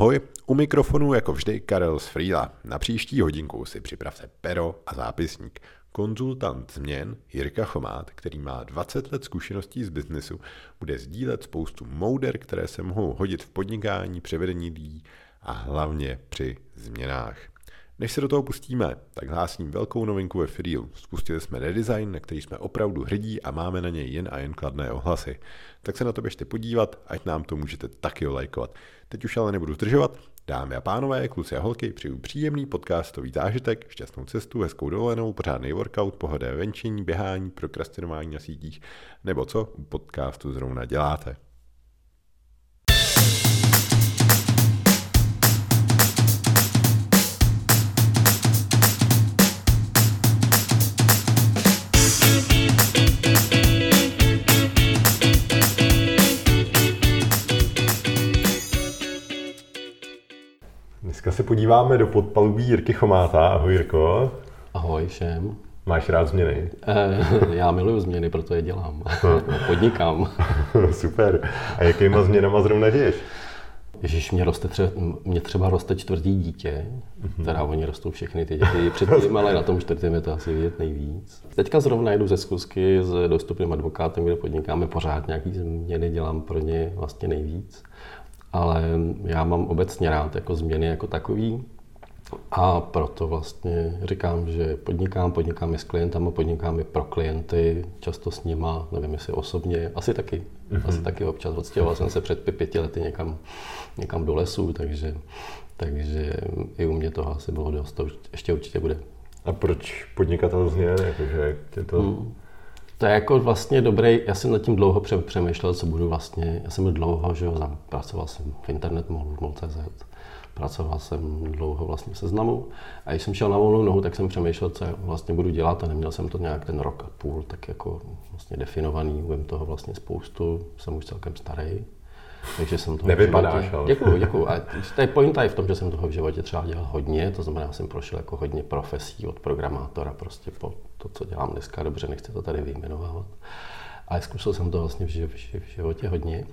Ahoj, u mikrofonu jako vždy Karel z Frýla. Na příští hodinku si připravte pero a zápisník. Konzultant změn Jirka Chomát, který má 20 let zkušeností z biznesu, bude sdílet spoustu mouder, které se mohou hodit v podnikání, převedení lidí a hlavně při změnách. Než se do toho pustíme, tak hlásím velkou novinku ve Frýlu. Spustili jsme redesign, na který jsme opravdu hrdí a máme na něj jen a jen kladné ohlasy. Tak se na to běžte podívat, ať nám to můžete taky olajkovat. Teď už ale nebudu zdržovat. Dámy a pánové, kluci a holky, přeju příjemný podcastový zážitek, šťastnou cestu, hezkou dovolenou, pořádný workout, pohodé venčení, běhání, prokrastinování na sítích, nebo co u podcastu zrovna děláte. Dneska se podíváme do podpalubí Jirky Chomáta. Ahoj Jirko. Ahoj všem. Máš rád změny? Já miluju změny, proto je dělám. Podnikám. Super. A jakýma změnama zrovna žiješ? Ježíš, mě třeba roste čtvrtý dítě, teda oni rostou všechny ty děti předtím, ale na tom čtvrtém je to asi vidět nejvíc. Teďka zrovna jedu ze zkusky s dostupným advokátem, kde podnikáme pořád nějaký změny, dělám pro ně vlastně nejvíc. Ale já mám obecně rád jako změny jako takový a proto vlastně říkám, že podnikám i s klientama, podnikám i pro klienty, často s nima, nevím jestli osobně, asi taky občas. Odstěhoval jsem se před 5 lety někam do lesu, takže i u mě toho asi bylo dost, to ještě určitě bude. A proč podnikatel změn? To je jako vlastně dobrý, já jsem nad tím dlouho přemýšlel, co budu vlastně, já jsem byl dlouho, že jo, pracoval jsem v internet.mol.cz, pracoval jsem dlouho vlastně v Seznamu a když jsem šel na volnou nohu, tak jsem přemýšlel, co vlastně budu dělat a neměl jsem to nějak ten rok a půl tak jako vlastně definovaný, vím toho vlastně spoustu, jsem už celkem starý. Takže jsem toho nevypadáš, ale. Děkuju. A to je pointa i v tom, že jsem toho v životě třeba dělal hodně, to znamená, já jsem prošel jako hodně profesí od programátora prostě po to, co dělám dneska, dobře, nechci to tady vyjmenovávat. Ale zkusil jsem to vlastně v životě hodně.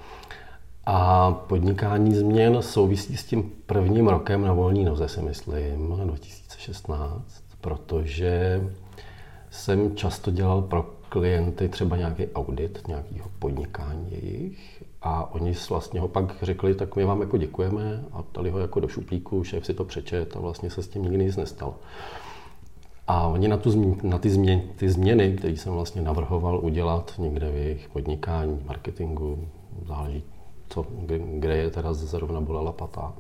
A podnikání změn souvisí s tím prvním rokem na volné noze, si myslím, 2016, protože jsem často dělal pro klienty třeba nějaký audit nějakého podnikání jejich a oni vlastně ho pak řekli, tak my vám jako děkujeme a dali ho jako do šuplíku, šéf si to přečet a vlastně se s tím nikdy nic nestalo. A oni na ty změny, které jsem vlastně navrhoval udělat někde v jejich podnikání, marketingu, záleží, kde je teda zrovna bolela pata,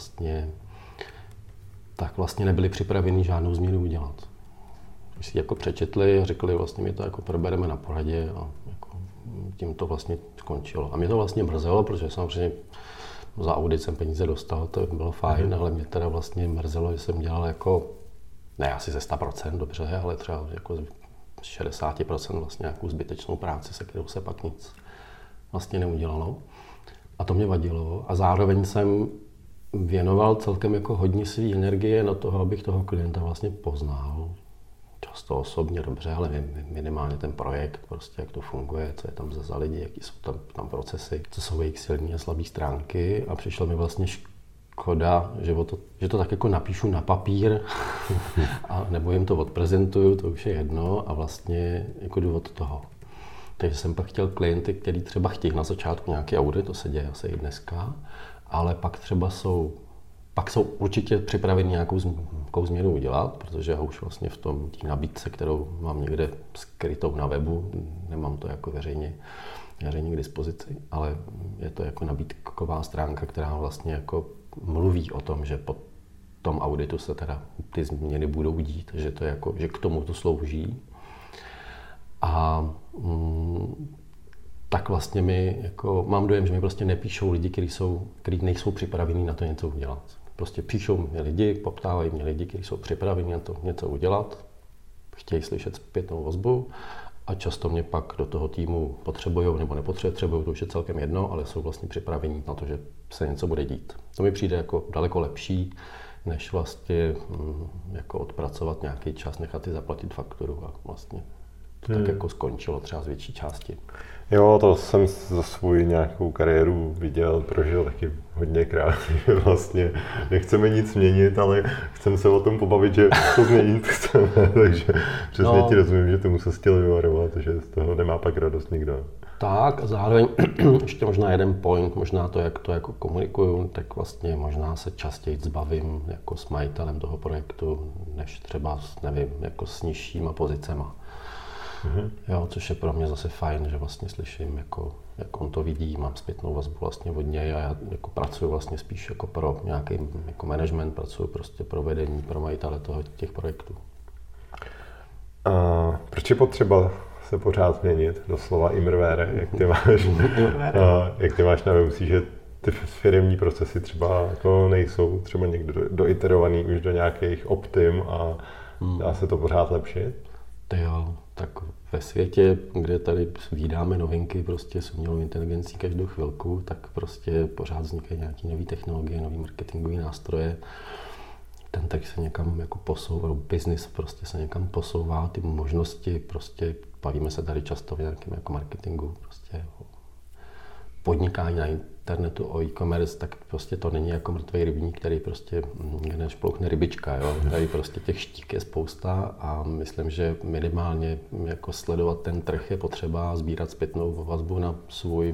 tak vlastně nebyli připraveni žádnou změnu udělat. Když si jako přečetli, řekli, vlastně my to jako probereme na poradě a jako tím to vlastně skončilo. A mě to vlastně mrzelo, protože samozřejmě za audit jsem peníze dostal, to bylo fajn, ale mě teda vlastně mrzelo, že jsem dělal jako, ne asi ze 100%, dobře, ale třeba jako z 60% vlastně nějakou zbytečnou práci, se kterou se pak nic vlastně neudělalo. A to mě vadilo a zároveň jsem věnoval celkem jako hodně své energie na toho, abych toho klienta vlastně poznal. Často osobně dobře, ale minimálně ten projekt, prostě jak to funguje, co je tam za lidi, jaký jsou tam procesy, co jsou jejich silné a slabé stránky a přišlo mi vlastně škoda, že to tak jako napíšu na papír a nebo jim to odprezentuju, to už je jedno a vlastně jako jdu od toho. Takže jsem pak chtěl klienty, kteří třeba chtějí na začátku nějaký audit, to se děje asi i dneska, ale pak třeba jsou určitě připraveni nějakou změnu udělat, protože já už vlastně v tom té nabídce, kterou mám někde skrytou na webu, nemám to jako veřejně k dispozici, ale je to jako nabídková stránka, která vlastně jako mluví o tom, že po tom auditu se teda ty změny budou dít, že to jako, že k tomu to slouží. A tak vlastně mám dojem, že mi prostě nepíšou lidi, kteří nejsou připraveni na to něco udělat. Prostě píšou mě lidi, poptávají mě lidi, kteří jsou připraveni na to něco udělat, chtějí slyšet zpětnou vazbu a často mě pak do toho týmu potřebují nebo nepotřebují, to už je celkem jedno, ale jsou vlastně připraveni na to, že se něco bude dít. To mi přijde jako daleko lepší, než vlastně jako odpracovat nějaký čas, nechat si zaplatit fakturu a vlastně to tak jako skončilo třeba z větší části. Jo, to jsem za svou nějakou kariéru viděl, prožil taky hodněkrát, že vlastně nechceme nic měnit, ale chceme se o tom pobavit, že to změnit chceme, takže přesně ti rozumím, že tomu se chtěl vyvarovat, že z toho nemá pak radost nikdo. Tak a zároveň ještě možná jeden point, možná to, jak to jako komunikuju, tak vlastně možná se častěji zbavím jako s majitelem toho projektu, než třeba, nevím, jako s nižšíma pozicema. Jo, což je pro mě zase fajn, že vlastně slyším, jako, jak on to vidí, mám zpětnou vazbu vlastně od něj a já jako pracuji vlastně spíš jako pro nějaký jako management, pracuji prostě pro vedení, pro majitele těch projektů. A proč je potřeba se pořád změnit, doslova immerware, jak ty máš na mysli, že ty firemní procesy třeba jako nejsou třeba někdo doiterovaný už do nějakých optim a dá se to pořád lepšit? Jo, tak ve světě, kde tady vídáme novinky prostě s umělou inteligencí každou chvilku, tak prostě pořád vznikají nějaké nové technologie, nové marketingové nástroje. Ten trh se někam jako posouvá, business prostě se někam posouvá, ty možnosti prostě, bavíme se tady často o nějakém jako marketingu, prostě o podnikání na internetu, o e-commerce, tak prostě to není jako mrtvý rybník, který prostě nešplouchne rybička, jo. Tady prostě těch štík je spousta a myslím, že minimálně jako sledovat ten trh je potřeba, sbírat zpětnou vazbu na svůj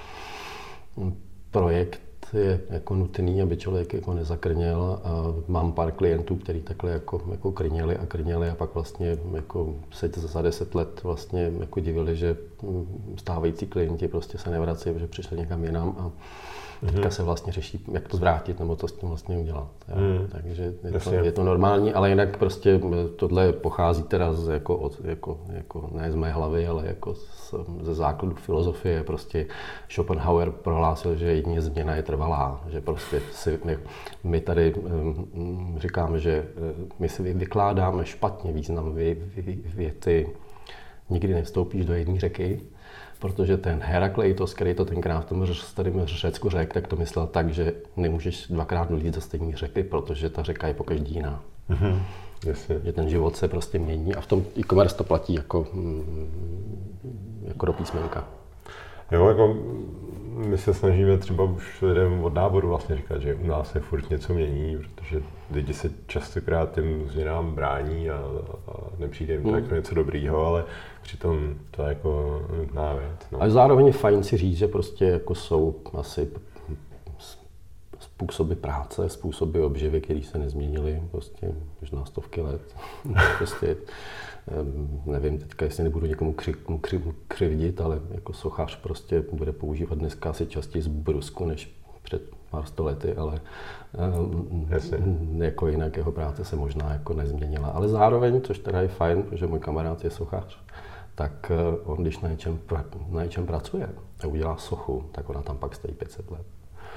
projekt je jako nutný, aby člověk jako nezakrněl. Mám pár klientů, kteří takhle jako krněli a pak vlastně jako se za 10 let vlastně jako divili, že stávající klienti prostě se nevrací, protože přišli někam jinam a teďka se vlastně řeší, jak to zvrátit nebo co s tím vlastně udělat. Takže je to normální, ale jinak prostě tohle pochází teda jako ne z mé hlavy, ale jako ze základu filozofie. Prostě Schopenhauer prohlásil, že jedině změna je trvalá, že prostě my tady říkáme, že my si vykládáme špatně význam věty, nikdy nevstoupíš do jedné řeky, protože ten Herakleitos, který to tenkrát v tom starém Řecku řekl, tak to myslel tak, že nemůžeš dvakrát vlít do stejné řeky, protože ta řeka je pokaždý jiná. Jasně. Že ten život se prostě mění a v tom e-commerce to platí jako do písmenka. Jo, jako my se snažíme třeba už lidem od náboru vlastně říkat, že u nás se furt něco mění, protože lidi se častokrát těm změnám brání a nepřijde jim to jako něco dobrýho, ale přitom to je jako nutná věc. No. Ale zároveň je fajn si říct, že prostě jako jsou asi způsoby práce, způsoby obživy, které se nezměnily prostě možná stovky let. Prostě nevím teďka, jestli nebudu někomu křivdit, ale jako sochař prostě bude používat dneska asi častěji zbrusku než před pár stolety, ale jako jinak jeho práce se možná jako nezměnila. Ale zároveň, což teda je fajn, protože můj kamarád je sochař, tak on když na něčem pracuje a udělá sochu, tak ona tam pak stojí 500 let.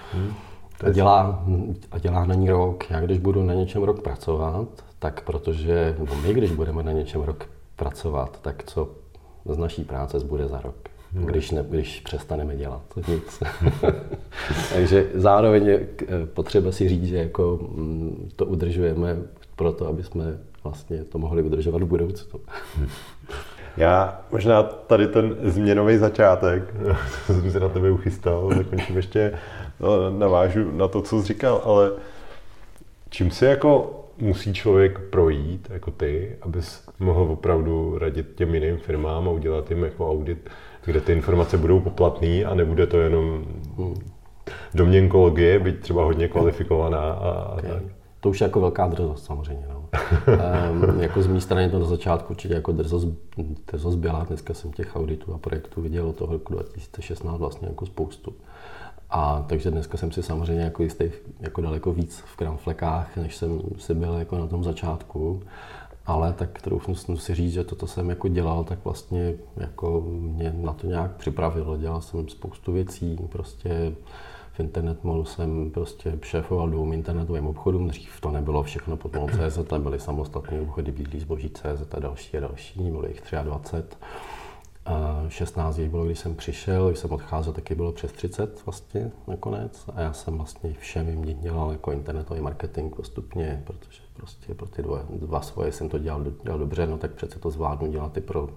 A dělá na ní rok. Já když budu na něčem rok pracovat, tak protože, nebo my když budeme na něčem rok pracovat, tak co z naší práce zbude za rok, když přestaneme dělat nic. Takže zároveň je potřeba si říct, že jako to udržujeme proto, aby jsme vlastně to mohli udržovat v budoucnu. Já možná tady ten změnový začátek, jsem se na tebe uchystal, zakončím ještě, navážu na to, co jsi říkal, ale čím se jako musí člověk projít, jako ty, abys mohl opravdu radit těm jiným firmám a udělat jim jako audit, kde ty informace budou poplatný a nebude to jenom domněnkologie, byť třeba hodně kvalifikovaná a tak. To už je jako velká drzost samozřejmě. No. Jako z mé strany to na začátku určitě jako drzost byla. Dneska jsem těch auditů a projektů viděl od toho roku 2016 vlastně jako spoustu. A takže dneska jsem si samozřejmě jako jistý jako daleko víc v kramflekách, než jsem si byl jako na tom začátku. Ale tak troufnu si říct, že toto jsem jako dělal, tak vlastně jako mě na to nějak připravilo. Dělal jsem spoustu věcí, prostě v Internet Mallu jsem prostě šéfoval 2 internetovým obchodům, dřív to nebylo všechno pod Mall.cz, byly samostatné obchody, Bílý zboží.cz a další, bylo jich 23. 16 bylo, když jsem přišel, když jsem odcházel, taky bylo přes 30 vlastně nakonec. A já jsem vlastně všem jim dělal jako internetový marketing postupně, protože prostě pro ty dva svoje jsem to dělal dobře, no tak přece to zvládnu dělat i pro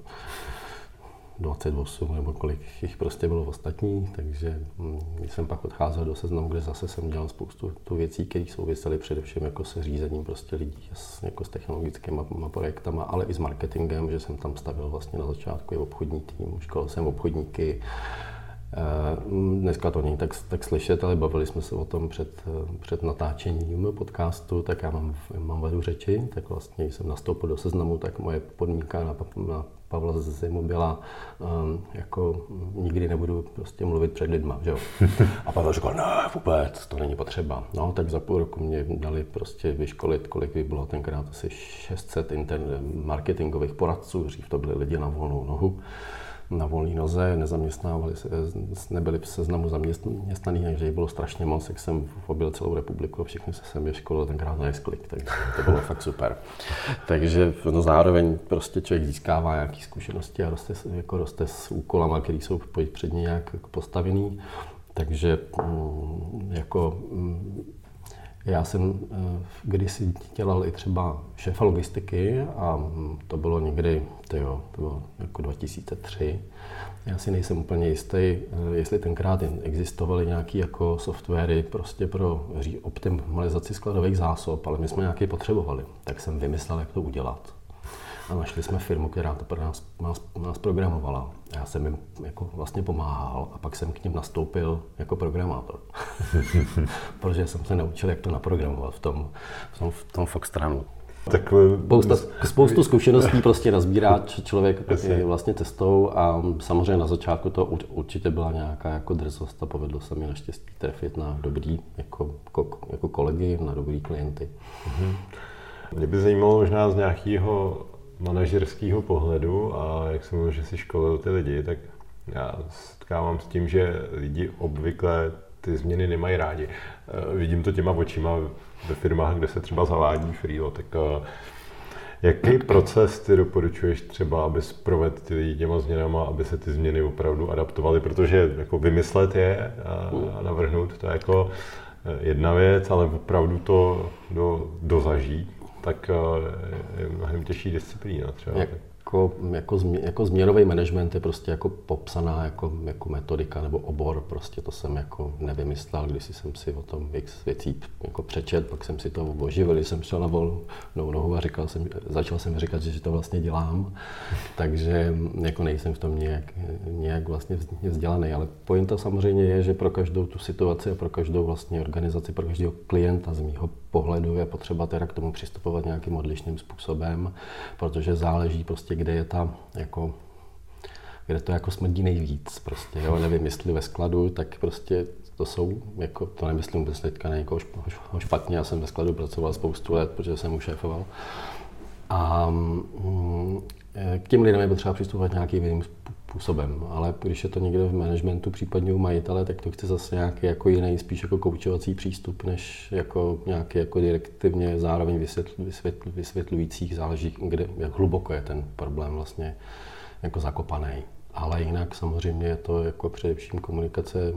28 nebo kolik jich prostě bylo ostatní, takže když jsem pak odcházel do Seznamu, kde zase jsem dělal spoustu věcí, které souvisely především jako se řízením prostě lidí, jako s technologickými projektama, ale i s marketingem, že jsem tam stavil vlastně na začátku i obchodní tým, školil jsem obchodníky. Dneska to není tak slyšet, ale bavili jsme se o tom před natáčením podcastu, tak já mám vadu řeči, tak vlastně když jsem nastoupil do Seznamu, tak moje podmínka na Pavla Zimu byla, jako nikdy nebudu prostě mluvit před lidma, že jo. A Pavel říkal, ne, vůbec, to není potřeba. No, tak za půl roku mě dali prostě vyškolit, kolik by bylo tenkrát asi 600 marketingových poradců, dřív to byli lidi na volnou nohu, na volné noze, nezaměstnávali se, nebyli v Seznamu zaměstnaný, takže jich bylo strašně moc, jak jsem objel celou republiku a všechny se sem vyškolil tenkrát na Esklik, takže to bylo fakt super. Takže no, zároveň prostě člověk získává nějaké zkušenosti a roste s úkolama, které jsou před ní nějak postavený, takže já jsem kdysi dělal i třeba šéfa logistiky a to bylo někdy, to bylo jako 2003. Já si nejsem úplně jistý, jestli tenkrát existovaly nějaké jako softwary prostě pro optimalizaci skladových zásob, ale my jsme nějaké potřebovali, tak jsem vymyslel, jak to udělat. A našli jsme firmu, která to pro nás programovala. Já jsem jim jako vlastně pomáhal a pak jsem k nim nastoupil jako programátor. Protože jsem se naučil, jak to naprogramovat v tom Foxtranu. Tak Spoustu zkušeností prostě nazbírá člověk vlastně cestou a samozřejmě na začátku to určitě byla nějaká jako drzost a povedlo se mi naštěstí trefit na dobrý jako kolegy, na dobrý klienty. Mě by zajímalo možná z nějakého manažerského pohledu a jak jsem mluvil, že si školil ty lidi, tak já setkávám s tím, že lidi obvykle ty změny nemají rádi. Vidím to těma očima ve firmách, kde se třeba zavádí freelo, tak jaký proces ty doporučuješ třeba, abys provedl ty lidi těma změnama, aby se ty změny opravdu adaptovaly, protože jako vymyslet je a navrhnout, to je jako jedna věc, ale opravdu to dozažít, tak je mnohem těžší disciplína třeba. Jako změnový management je prostě jako popsaná jako metodika nebo obor, prostě to jsem jako nevymyslel, když jsem si o tom x věcí jako přečet, pak jsem si to oživil, když jsem šel na volnou nohu a začal jsem říkat, že to vlastně dělám, takže jako nejsem v tom nějak vlastně vzdělaný, ale pointa samozřejmě je, že pro každou tu situaci a pro každou vlastně organizaci, pro každého klienta z mýho pohledu je potřeba teda k tomu přistupovat nějakým odlišným způsobem, protože záleží prostě, kde to jako smrdí nejvíc prostě, jo, nevím, jestli ve skladu, tak prostě to jsou, jako, to nemyslím vůbec teďka na někoho špatně, já jsem ve skladu pracoval spoustu let, protože jsem mu šéfoval a k těm lidem je potřeba přistupovat nějakým jiným způsobem, ale když je to někde v managementu, případně u majitele, tak to chce zase nějaký jako jiný, spíš jako koučovací přístup, než jako nějaký jako direktivně zároveň vysvětlujících, záleží, jak hluboko je ten problém vlastně jako zakopaný. Ale jinak samozřejmě je to jako především komunikace,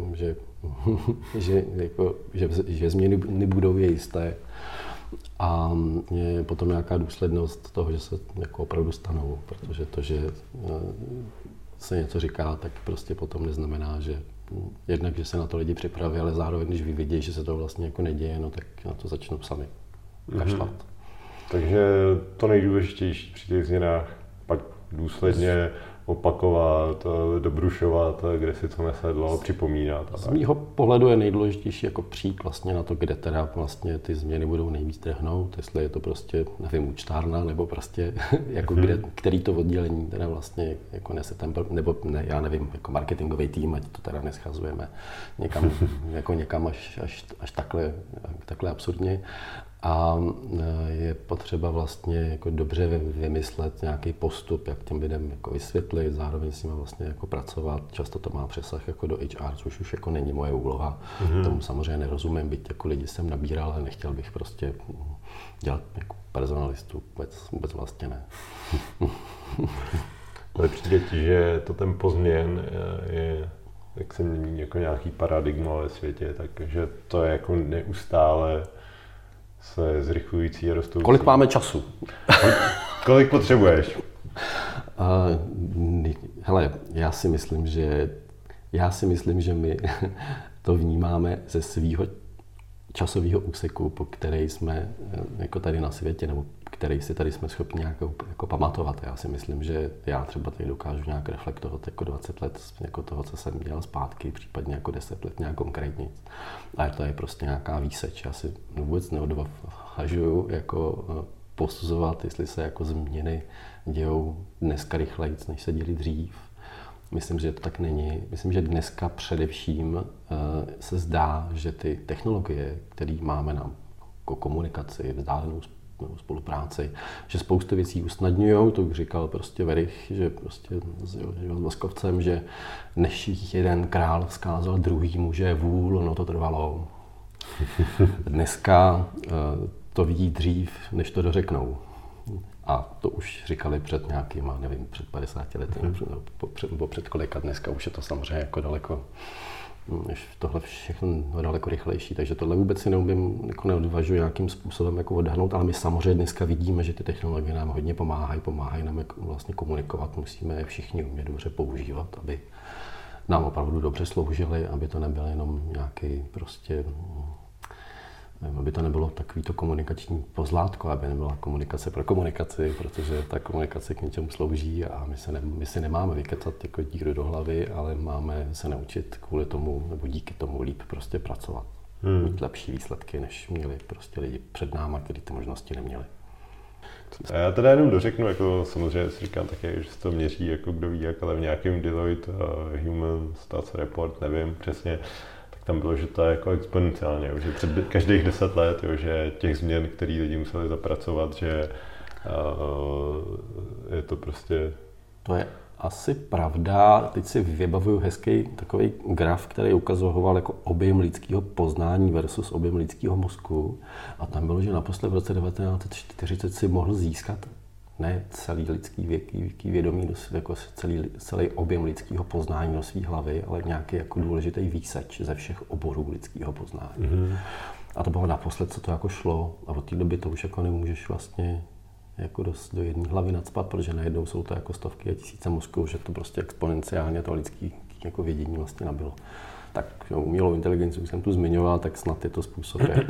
že změny nebudou je jisté. A je potom nějaká důslednost toho, že se jako opravdu stanou, protože to, že se něco říká, tak prostě potom neznamená, že jednak, že se na to lidi připraví, ale zároveň, když vidějí, že se to vlastně jako neděje, no tak na to začnou sami kašlat. Takže to nejdůležitější při těch změnách pak důsledně opakovat, dobrušovat, kde si to nesedlo, připomínat. Z mýho pohledu je nejdůležitější jako přijít vlastně na to, kde teda vlastně ty změny budou nejvíc trhnout, jestli je to prostě, nevím, účtárna, nebo prostě jako který to oddělení teda vlastně jako nese ten, nebo ne, já nevím, jako marketingový tým, ať to teda neschazujeme někam až takhle absurdně. A je potřeba vlastně jako dobře vymyslet nějaký postup, jak těm lidem jako vysvětlit, zároveň s nimi vlastně jako pracovat. Často to má přesah jako do HR, což už jako není moje úloha. Tomu samozřejmě nerozumím, byť jako lidi jsem nabíral, ale nechtěl bych prostě dělat jako personalistu, vůbec vlastně ne. Ale přijde ti, že to tempo změn je, jak se mění jako nějaký paradigma ve světě, takže to je jako neustále se zrychlující a rostoucí. Kolik máme času? Kolik potřebuješ? Hele, já si myslím, že my to vnímáme ze svého časového úseku, po který jsme jako tady na světě, nebo který si tady jsme schopni nějak jako pamatovat. Já si myslím, že já třeba tady dokážu nějak reflektovat jako 20 let jako toho, co jsem dělal zpátky, případně jako 10 let nějak konkrétně. Ale to je prostě nějaká výseč. Já si vůbec neodvažuju jako posuzovat, jestli se jako změny dějou dneska rychleji, než se děli dřív. Myslím, že to tak není. Myslím, že dneska především se zdá, že ty technologie, které máme na komunikaci, vzdálenou spolupráci, že spoustu věcí usnadňují, to už říkal prostě Verich, že prostě s Voskovcem, že než jeden král vzkázal druhýmu, že je vůl, no to trvalo. Dneska to vidí dřív, než to dořeknou. A to už říkali před nějakýma, nevím, před 50 lety, nebo před kolika. Dneska už je to samozřejmě jako daleko, tohle všechno daleko rychlejší, takže tohle vůbec si neumím, jako neodvažuji nějakým způsobem jako odhadnout, ale my samozřejmě dneska vidíme, že ty technologie nám hodně pomáhají nám jako vlastně komunikovat, musíme je všichni umět dobře používat, aby nám opravdu dobře sloužily, aby to nebyl jenom nějaký prostě, aby to nebylo takovýto komunikační pozlátko, aby nebyla komunikace pro komunikaci, protože ta komunikace k něčemu slouží a my si nemáme vykecat jako díru do hlavy, ale máme se naučit kvůli tomu, nebo díky tomu líp prostě pracovat. Mít lepší výsledky, než měli prostě lidi před náma, kteří ty možnosti neměli. A já teda jenom dořeknu, jako samozřejmě si říkám také, že se to měří, jako kdo ví jak, ale v nějakém Deloitte Human Stats Report, nevím přesně, tam bylo, že to je jako exponenciálně, že před každých 10 let, jo, že těch změn, které lidi museli zapracovat, že je to prostě... To je asi pravda. Teď si vybavuju hezký takový graf, který ukazoval jako objem lidského poznání versus objem lidského mozku. A tam bylo, že naposled v roce 1940 si mohl získat ne celý lidský vědomí, jako celý objem lidského poznání do své hlavy, ale nějaký jako důležitý výseč ze všech oborů lidského poznání. Mm-hmm. A to bylo naposled, co to jako šlo. A od té doby to už jako nemůžeš vlastně jako do jedné hlavy nacpat, protože najednou jsou to jako stovky a tisíce mozků, že to prostě exponenciálně to lidské jako vědění vlastně nabylo. Tak umělou inteligenci, už jsem tu zmiňoval, tak snad je to způsob, jak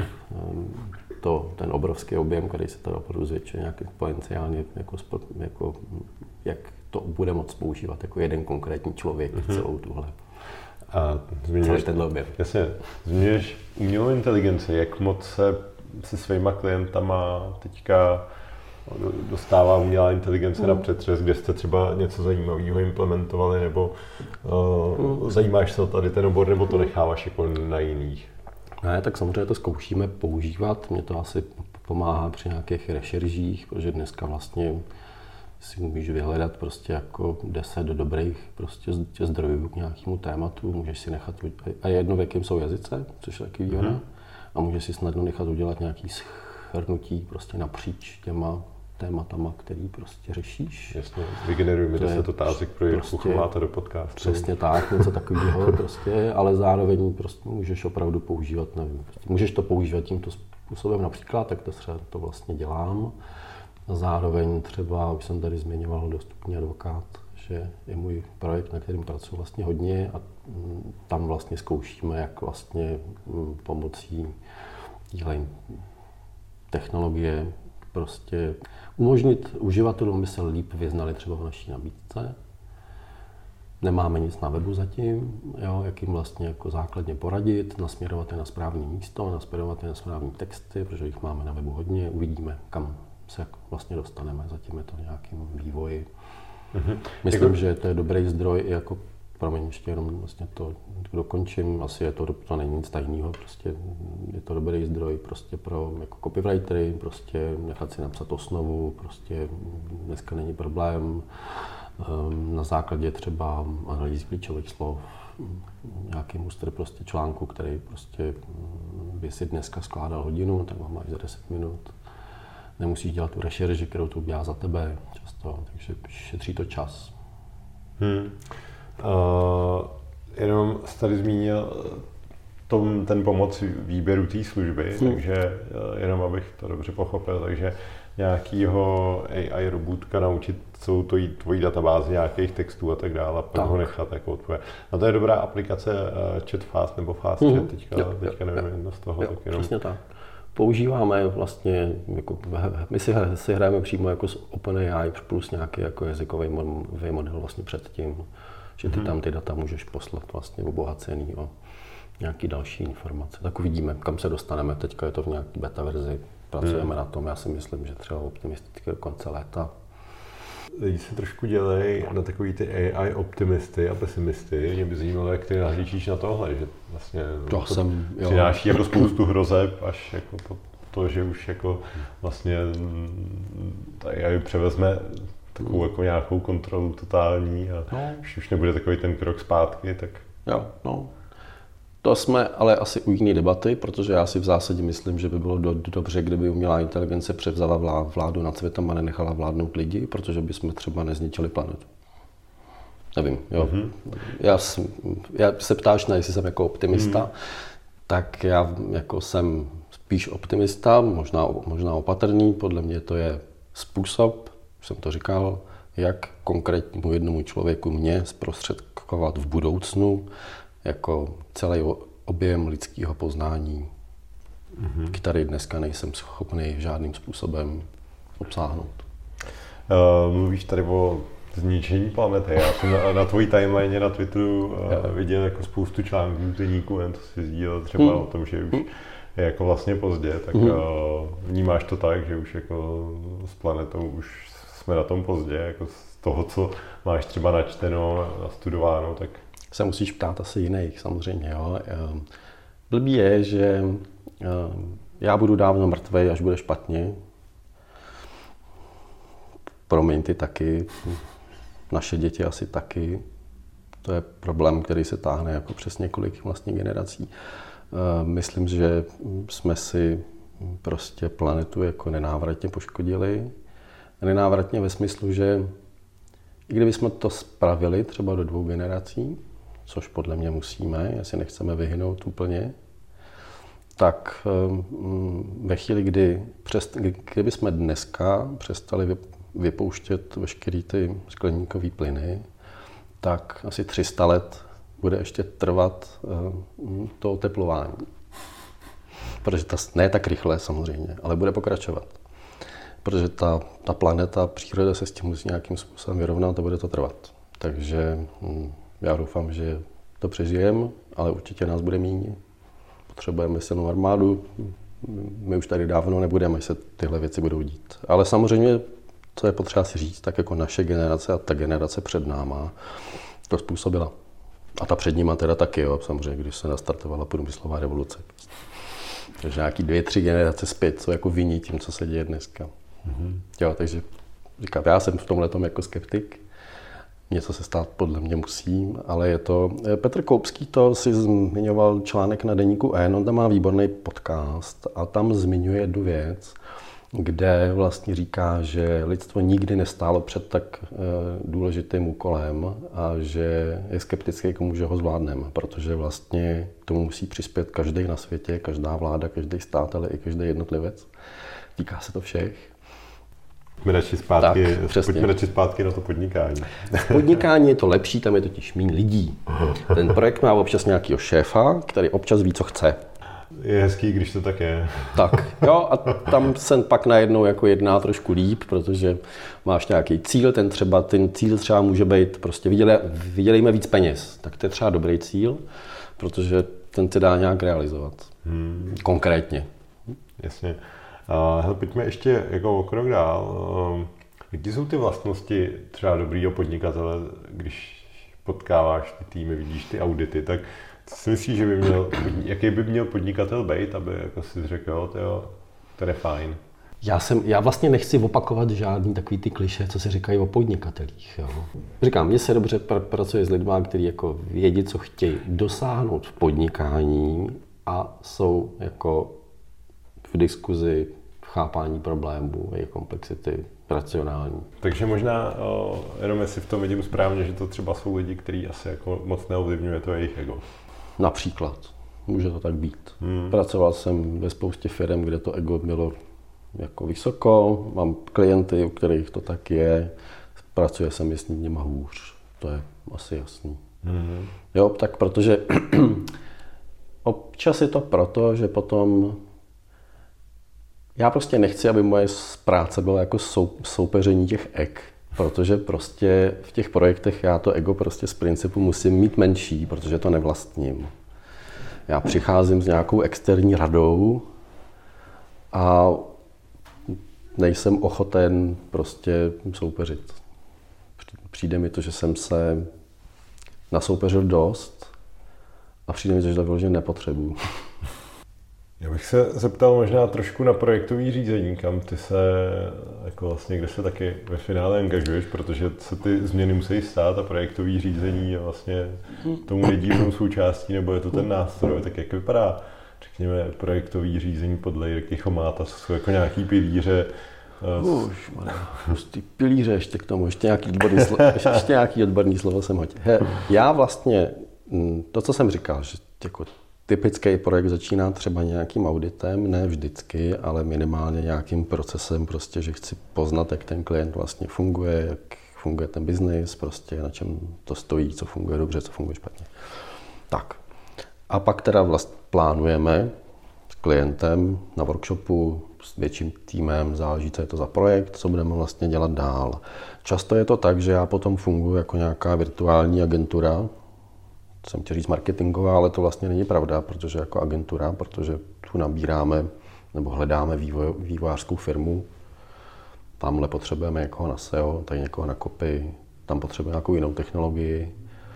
ten obrovský objem, který se tady opravdu zvětšuje nějak exponenciálně, jako, jak to bude moct používat jako jeden konkrétní člověk celou tuhle. A celý tenhle objem. Jasně, zmiňuješ umělou inteligenci, jak moc se svýma klientama teďka dostává umělá inteligence na přetřes, kde jste třeba něco zajímavého implementovali, nebo zajímáš se o tady ten obor, nebo to necháváš jako na jiných? Ne, tak samozřejmě to zkoušíme používat. Mě to asi pomáhá při nějakých rešeržích, protože dneska vlastně si můžeš vyhledat prostě jako 10 dobrých prostě zdrojů k nějakému tématu, můžeš si nechat, a je jedno v jakém jsou jazyce, což je taky výhoda, a můžeš si snadno nechat udělat nějaký shrnutí prostě napříč těma tématama, který prostě řešíš. Jasně, vygenerujeme 10 otázek pro Jirku Chomáta do podcastu. Přesně tak, něco takového prostě, ale zároveň prostě můžeš opravdu používat, nevím, prostě můžeš to používat tímto způsobem například, tak to vlastně dělám. A zároveň třeba, už jsem tady zmiňoval Dostupný advokát, že je můj projekt, na kterém pracuji vlastně hodně a tam vlastně zkoušíme, jak vlastně pomocí téhle technologie prostě umožnit uživatelům, aby se líp vyznali třeba v naší nabídce. Nemáme nic na webu zatím, jo, jak jim vlastně jako základně poradit, nasměrovat je na správné místo, nasměrovat je na správné texty, protože jich máme na webu hodně, uvidíme, kam se vlastně dostaneme, zatím je to nějakým vývoji. Myslím, že to je dobrý zdroj, jako, promiň, ještě jenom vlastně to dokončím, asi to není nic tajného, prostě je to dobrý zdroj prostě pro jako copywritery, prostě nechat si napsat osnovu, prostě dneska není problém, na základě třeba analýzy klíčových slov, nějaký mustr prostě článku, který prostě by si dneska skládal hodinu, tak vám máš za 10 minut. Nemusíš dělat tu rešerži, kterou to udělá za tebe často, takže šetří to čas. Jenom jsi tady zmínil ten pomoc výběru té služby, takže jenom abych to dobře pochopil, takže nějakýho AI robotka naučit celou tvojí databázi nějakých textů a tak dále, a pak ho nechat jako odpovědět. A to je dobrá aplikace ChatFast nebo FastChat, teďka nevím jedno z toho. Tak jenom... Přesně tak. Používáme vlastně, jako, my si hrajeme přímo jako s OpenAI plus nějaký jako jazykový model vlastně předtím, že ty tam ty data můžeš poslat vlastně obohacený o nějaký další informace. Tak uvidíme, kam se dostaneme. Teďka je to v nějaké beta verzi, pracujeme na tom. Já si myslím, že třeba optimisticky do konce léta. Lidi se trošku dělají na takový ty AI optimisty a pesimisty. Mě by zajímalo, jak ty nahlížíš na tohle, že vlastně to přináší jako spoustu hrozeb, až jako po to, že už jako vlastně AI převezme takovou jako nějakou kontrolu totální a už nebude takový ten krok zpátky, tak... Jo, no. To jsme ale asi u jiné debaty, protože já si v zásadě myslím, že by bylo dobře, kdyby umělá inteligence převzala vládu nad světem a nenechala vládnout lidi, protože bychom třeba nezničili planetu. Nevím, jo. Já se ptáš, jestli jsem jako optimista, tak já jako jsem spíš optimista, možná opatrný. Podle mě to je způsob, už jsem to říkal, jak konkrétnímu jednomu člověku mě zprostředkovat v budoucnu jako celý objem lidského poznání, který dneska nejsem schopný žádným způsobem obsáhnout. Mluvíš tady o zničení planety. Já jsem na tvojí timeline na Twitteru viděl jako spoustu článků deníků, jen to si sdílel třeba o tom, že už je jako vlastně pozdě, tak vnímáš to tak, že už jako s planetou už jsme na tom pozdě, jako z toho, co máš třeba načteno a studováno, tak se musíš ptát asi jiných, samozřejmě. Jo. Blbý je, že já budu dávno mrtvej, až bude špatně. Promiň, ty taky. Naše děti asi taky. To je problém, který se táhne jako přes několik vlastně generací. Myslím, že jsme si prostě planetu jako nenávratně poškodili. Nenávratně ve smyslu, že i kdybychom to spravili třeba do 2 generací, což podle mě musíme, jestli nechceme vyhynout úplně, tak ve chvíli, kdyby jsme dneska přestali vypouštět veškeré ty skleníkové plyny, tak asi 300 let bude ještě trvat to oteplování. Protože ne tak rychle samozřejmě, ale bude pokračovat. Protože ta planeta, příroda se s tím musí nějakým způsobem vyrovnat a bude to trvat. Takže já doufám, že to přežijeme, ale určitě nás bude méně. Potřebujeme silnou armádu, my už tady dávno nebudeme, až se tyhle věci budou dít. Ale samozřejmě, co je potřeba si říct, tak jako naše generace a ta generace před náma to způsobila. A ta před nima teda taky, jo, samozřejmě, když se nastartovala průmyslová revoluce. Takže nějaký 2-3 generace zpět, co jako viní tím, co se děje dneska. Jo, takže říkám, já jsem v tomhletom jako skeptik. Něco se stát podle mě musí, ale je to... Petr Koupský to si zmiňoval článek na deníku N, on tam má výborný podcast a tam zmiňuje jednu věc, kde vlastně říká, že lidstvo nikdy nestálo před tak důležitým úkolem a že je skeptický, komu že ho zvládneme, protože vlastně k tomu musí přispět každý na světě, každá vláda, každý stát, ale i každý jednotlivec. Týká se to všech. Pojďme radši zpátky na to podnikání. V podnikání je to lepší, tam je totiž méně lidí. Ten projekt má občas nějakého šéfa, který občas ví, co chce. Je hezký, když to tak je. Tak, jo, a tam se pak najednou jako jedná trošku líp, protože máš nějaký cíl, ten cíl třeba může být prostě vydělejme víc peněz, tak to je třeba dobrý cíl, protože ten se dá nějak realizovat. Konkrétně. Jasně. Hele, pojďme ještě jako o krok dál. Jaké jsou ty vlastnosti třeba dobrýho podnikatele, když potkáváš ty týmy, vidíš ty audity, tak co si myslíš, že jaký by měl podnikatel být, aby jako si řekl, to je fajn? Já vlastně nechci opakovat žádný takový ty klišé, co se říkají o podnikatelích. Jo. Říkám, mně se dobře pracuje s lidmi, kteří jako vědí, co chtějí dosáhnout v podnikání a jsou jako v diskuzi, v chápání problémů, jejich komplexity racionální. Takže možná jenom jestli v tom vidím správně, že to třeba jsou lidi, kteří asi jako moc neovlivňuje to jejich ego. Například. Může to tak být. Pracoval jsem ve spoustě firm, kde to ego bylo jako vysoko, mám klienty, u kterých to tak je, pracuje se mi s nimi hůř, to je asi jasný. Jo, tak protože občas je to proto, že potom já prostě nechci, aby moje práce byla jako soupeření těch eg, protože prostě v těch projektech já to ego prostě z principu musím mít menší, protože to nevlastním. Já přicházím s nějakou externí radou a nejsem ochoten prostě soupeřit. Přijde mi to, že jsem se nasoupeřil dost a přijde mi to, že to vyloženě nepotřebuji. Já bych se zeptal možná trošku na projektové řízení, kam ty se, jako vlastně, kde se taky ve finále angažuješ, protože se ty změny musí stát a projektové řízení je vlastně tomu nedílnou součástí, nebo je to ten nástroj, tak jak vypadá, řekněme, projektové řízení podle Jirky Chomáta, jsou jako nějaký pilíře. Ty pilíře, ještě k tomu, ještě nějaký odborný slovo jsem hodil. Já vlastně, to, co jsem říkal, že jako typický projekt začíná třeba nějakým auditem, ne vždycky, ale minimálně nějakým procesem, prostě, že chci poznat, jak ten klient vlastně funguje, jak funguje ten biznis, prostě na čem to stojí, co funguje dobře, co funguje špatně. Tak. A pak teda vlastně plánujeme s klientem na workshopu s větším týmem, záleží, co je to za projekt, co budeme vlastně dělat dál. Často je to tak, že já potom funguji jako nějaká virtuální agentura, jsem chtěl říct marketingová, ale to vlastně není pravda, protože jako agentura, protože tu nabíráme nebo hledáme vývojářskou firmu, tamhle potřebujeme někoho na SEO, tady někoho na copy, tam potřebujeme nějakou jinou technologii.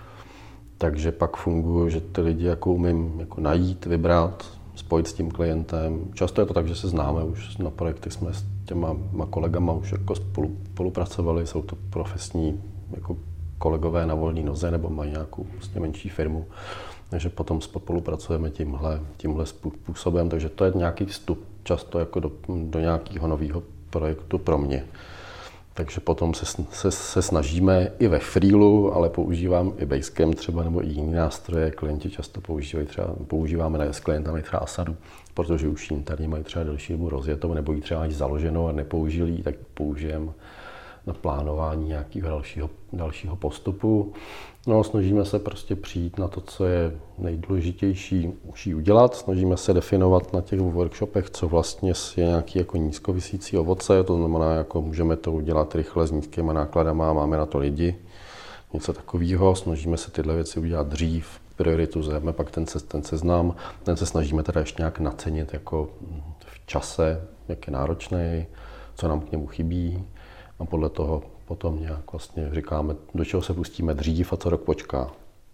Takže pak funguje, že ty lidi jako umím jako najít, vybrat, spojit s tím klientem. Často je to tak, že se známe už na projektech, jsme s těma kolegama už jako spolupracovali, jsou to profesní jako kolegové na volné noze nebo mají nějakou vlastně menší firmu. Takže potom spolupracujeme tímhle způsobem, takže to je nějaký vstup často jako do nějakého nového projektu pro mě. Takže potom se snažíme i ve Freelu, ale používám i Basecamp třeba nebo i jiné nástroje. Klienti často používáme s klientami třeba Asadu, protože už interně mají třeba delší dobu rozjetou nebo ji třeba ani založenou a nepoužili ji, tak použijeme na plánování nějakého dalšího postupu. No, snažíme se prostě přijít na to, co je nejdůležitější udělat. Snažíme se definovat na těch workshopech, co vlastně je nějaký jako nízkovisící ovoce. To znamená, jako můžeme to udělat rychle s nízkýma nákladama, máme na to lidi. Něco takového. Snažíme se tyhle věci udělat dřív, prioritizujeme pak ten seznam. Ten se snažíme teda ještě nějak nacenit jako v čase, jak je náročný, co nám k němu chybí. A podle toho potom nějak vlastně říkáme, do čeho se pustíme dřív a co rok počká.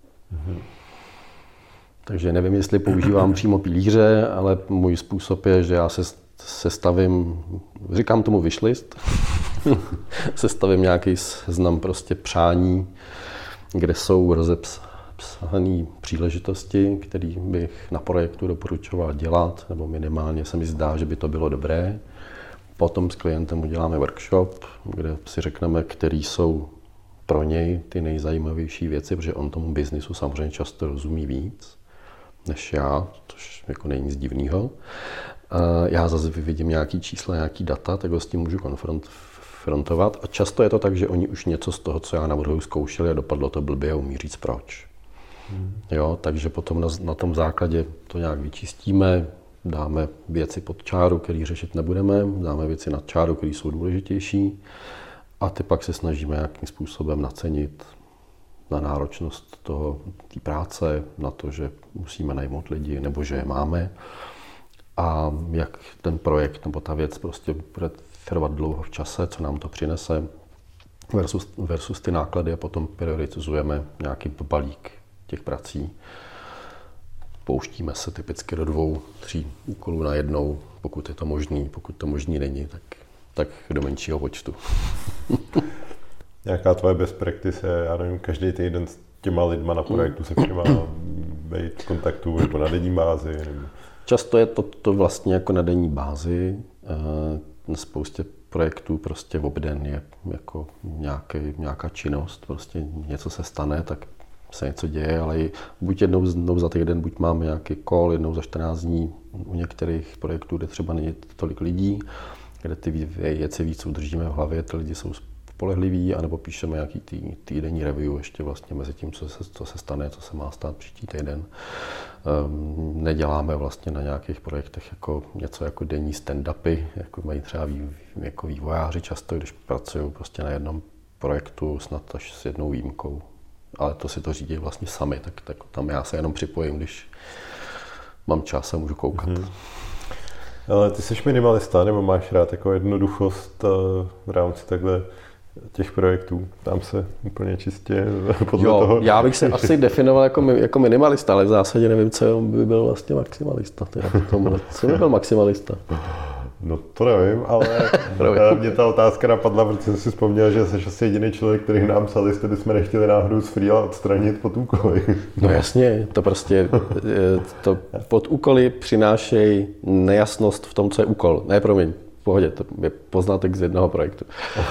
Takže nevím, jestli používám přímo pilíře, ale můj způsob je, že já sestavím, říkám tomu wishlist, sestavím nějaký seznam prostě přání, kde jsou rozepsané příležitosti, které bych na projektu doporučoval dělat, nebo minimálně se mi zdá, že by to bylo dobré. Potom s klientem uděláme workshop, kde si řekneme, které jsou pro něj ty nejzajímavější věci, protože on tomu biznisu samozřejmě často rozumí víc než já, což jako není nic divného. Já zase vyvidím nějaký čísla, nějaký data, tak ho s tím můžu konfrontovat. A často je to tak, že oni už něco z toho, co já navrhuji, zkoušeli a dopadlo to blbě a umí říct proč. Jo, takže potom na tom základě to nějak vyčistíme, dáme věci pod čáru, které řešit nebudeme, dáme věci nad čáru, které jsou důležitější a ty pak se snažíme nějakým způsobem nacenit na náročnost té práce, na to, že musíme najmout lidi nebo že je máme a jak ten projekt nebo ta věc prostě bude trvat dlouho v čase, co nám to přinese versus ty náklady a potom prioritizujeme nějaký balík těch prací. Pouštíme se typicky do 2-3 úkolů na jednou, pokud je to možný. Pokud to možný není, tak do menšího počtu. Nějaká tvoje best practice, já nevím, každý týden s těma lidma na projektu se třeba být v kontaktu nebo na denní bázi? Nebo... Často je to vlastně jako na denní bázi. Na spoustě projektů prostě v obden je jako nějaká činnost, prostě něco se stane, tak se něco děje, ale i buď jednou za týden, buď máme nějaký call, jednou za 14 dní u některých projektů, kde třeba není tolik lidí, kde ty věci víc udržíme v hlavě, ty lidi jsou spolehliví, anebo píšeme nějaký týdenní review ještě vlastně mezi tím, co se stane, co se má stát příští týden. Neděláme vlastně na nějakých projektech jako něco jako denní stand-upy, jako mají třeba jako vývojáři často, když pracují prostě na jednom projektu, snad až s jednou výjimkou. Ale to si to řídí vlastně sami, tak tam já se jenom připojím, když mám čas a můžu koukat. Ale ty jsi minimalista, nebo máš rád jako jednoduchost v rámci takhle těch projektů? Tam se úplně čistě podle toho... Já bych se asi definoval jako minimalista, ale v zásadě nevím, co by byl vlastně maximalista. Co by byl maximalista? No to nevím, ale mě ta otázka napadla, protože jsem si vzpomněl, že jsi asi jediný člověk, který nám psal, jestli bychom nechtěli náhodou z Freela odstranit podúkoly. No jasně, to prostě to podúkoly přinášejí nejasnost v tom, co je úkol. Ne, promiň, v pohodě, to je poznatek z jednoho projektu.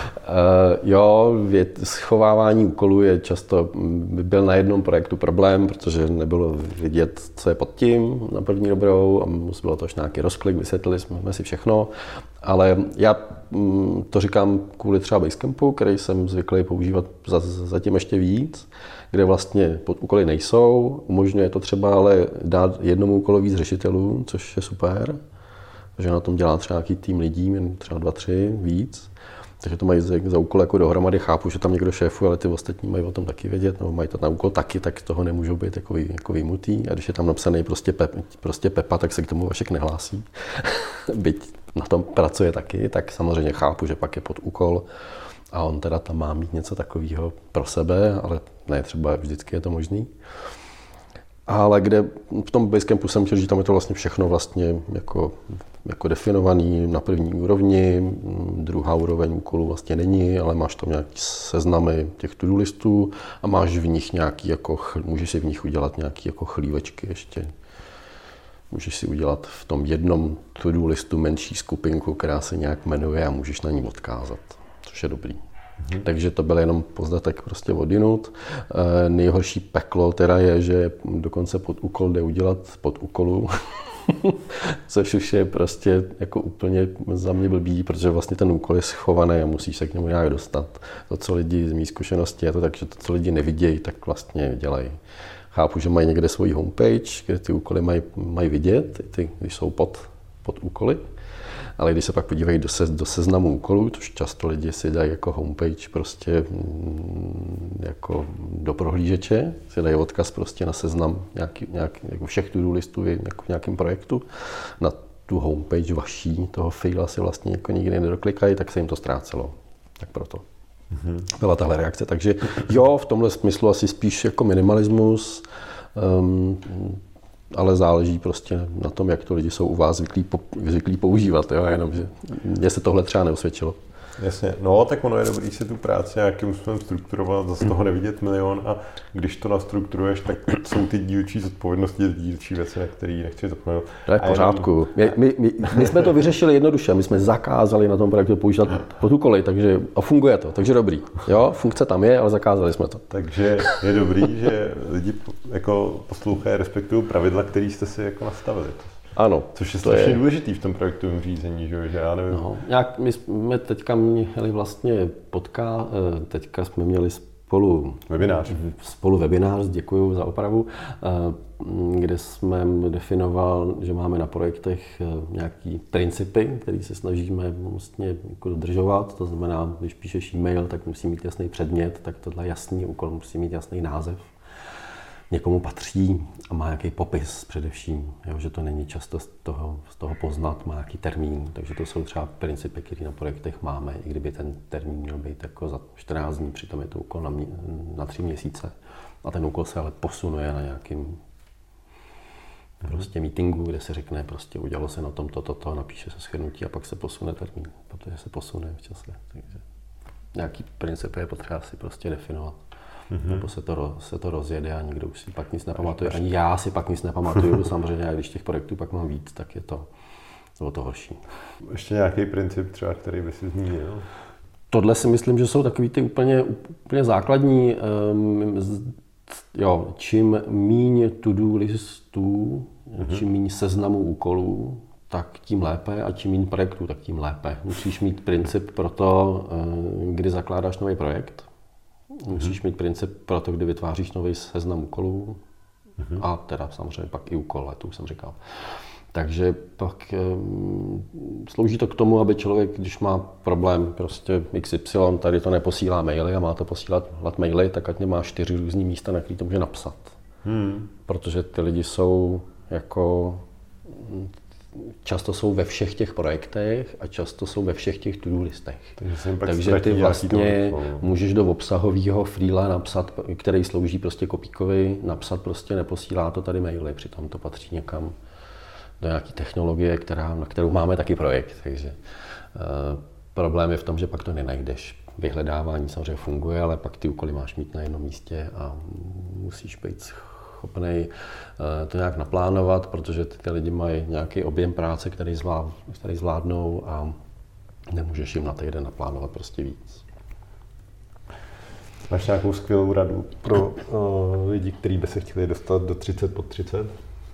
Schovávání úkolů je často, byl na jednom projektu problém, protože nebylo vidět, co je pod tím na první dobrou a bylo to až nějaký rozklik, vysvětlili jsme si všechno, ale já to říkám kvůli třeba Basecampu, který jsem zvyklý používat zatím ještě víc, kde vlastně podúkoly nejsou, umožňuje to třeba ale dát jednomu úkolu víc řešitelů, což je super. Takže na tom dělá třeba nějaký tým lidí, třeba 2-3 víc. Takže to mají za úkol jako dohromady. Chápu, že tam někdo šéfuje, ale ty ostatní mají o tom taky vědět, nebo mají to na úkol taky, tak toho nemůžou být jako vyjmutý. A když je tam napsaný prostě Pepa, tak se k tomu Vašek nehlásí. Byť na tom pracuje taky, tak samozřejmě chápu, že pak je pod úkol a on teda tam má mít něco takového pro sebe, ale ne třeba vždycky je to možný. Ale kde v tom Basecampu jsem chtěl, že tam je to vlastně všechno vlastně jako definovaný na první úrovni, druhá úroveň úkolů vlastně není, ale máš tam nějaký seznamy těch to-do listů a máš v nich nějaký můžeš si v nich udělat nějaký jako chlívečky ještě. Můžeš si udělat v tom jednom to-do listu menší skupinku, která se nějak jmenuje a můžeš na ní odkázat, což je dobrý. Takže to byl jenom poznatek prostě odinut. Nejhorší peklo teda je, že dokonce podúkol jde udělat podúkolu, což už je prostě jako úplně za mě blbý, protože vlastně ten úkol je schovaný a musíš se k němu nějak dostat. To, co lidi z mý zkušenosti je to tak, že to, co lidi nevidějí, tak vlastně dělají. Chápu, že mají někde svůj homepage, kde ty úkoly mají vidět, když jsou pod úkoly. Ale když se pak podívají do seznamu úkolů, což často lidi si dají jako homepage prostě jako do prohlížeče, si dají odkaz prostě na seznam jako všech to-do listů jako v nějakém projektu, na tu homepage vaší, toho faila si vlastně jako nikdy nedoklikají, tak se jim to ztrácelo. Tak proto byla tahle reakce. Takže jo, v tomhle smyslu asi spíš jako minimalismus, ale záleží prostě na tom, jak to lidi jsou u vás zvyklí používat, jo? Jenom, že mně se tohle třeba neosvědčilo. Jasně, no tak ono je dobrý si tu práci nějakým způsobem strukturovat, zase toho nevidět milion a když to nastrukturuješ, tak jsou ty dílčí zodpovědnosti, dílčí věci, na které nechci zapomenout. To je v pořádku. My jsme to vyřešili jednoduše, my jsme zakázali na tom projektu používat podúkoly, takže a funguje to, takže dobrý. Jo, funkce tam je, ale zakázali jsme to. Takže je dobrý, že lidi jako poslouchají, respektují pravidla, které jste si jako nastavili. Ano. Což je strašně důležitý v tom projektovém řízení, že já nevím. No, my jsme teďka měli vlastně teďka jsme měli spolu webinář, děkuju za opravu, kde jsme definoval, že máme na projektech nějaký principy, které se snažíme vlastně jako dodržovat. To znamená, když píšeš e-mail, tak musí mít jasný předmět, tak tohle jasný úkol musí mít jasný název. Někomu patří a má nějaký popis především, jo, že to není často z toho poznat, má nějaký termín, takže to jsou třeba principy, které na projektech máme, i kdyby ten termín měl být jako za 14 dní, přitom je to úkol na 3 měsíce a ten úkol se ale posunuje na nějakým prostě meetingu, kde se řekne prostě udělalo se na tom toto, napíše se shrnutí a pak se posune termín, protože se posune v čase, takže nějaký principy je potřeba si prostě definovat. Nebo se to rozjede a nikdo už si pak nic nepamatuje. Ani já si pak nic nepamatuju. Samozřejmě, když těch projektů pak mám víc, tak je to o to horší. Ještě nějaký princip třeba, který by si zmínil? Tohle si myslím, že jsou takový ty úplně základní. Čím míň to-do listů, čím míň seznamů úkolů, tak tím lépe, a čím méně projektů, tak tím lépe. Musíš mít princip pro to, kdy zakládáš nový projekt. Musíš mít princip pro to, kdy vytváříš nový seznam úkolů. A teda samozřejmě pak i úkol, to už jsem říkal. Takže pak slouží to k tomu, aby člověk, když má problém prostě XY, tady to neposílá maily a má to posílat maily, tak ať má 4 různý místa, na který to může napsat. Protože ty lidi jsou jako často jsou ve všech těch projektech a často jsou ve všech těch to-do listech. Takže ty vlastně můžeš do obsahového freela napsat, který slouží prostě kopíkovi, napsat prostě neposílá to tady maily, přitom to patří někam do nějaké technologie, na kterou máme taky projekt. Takže problém je v tom, že pak to nenajdeš. Vyhledávání samozřejmě funguje, ale pak ty úkoly máš mít na jednom místě a musíš být schopnej to nějak naplánovat, protože ty lidi mají nějaký objem práce, který zvládnou a nemůžeš jim na týden naplánovat prostě víc. Máš nějakou skvělou radu pro lidi, kteří by se chtěli dostat do 30 pod 30?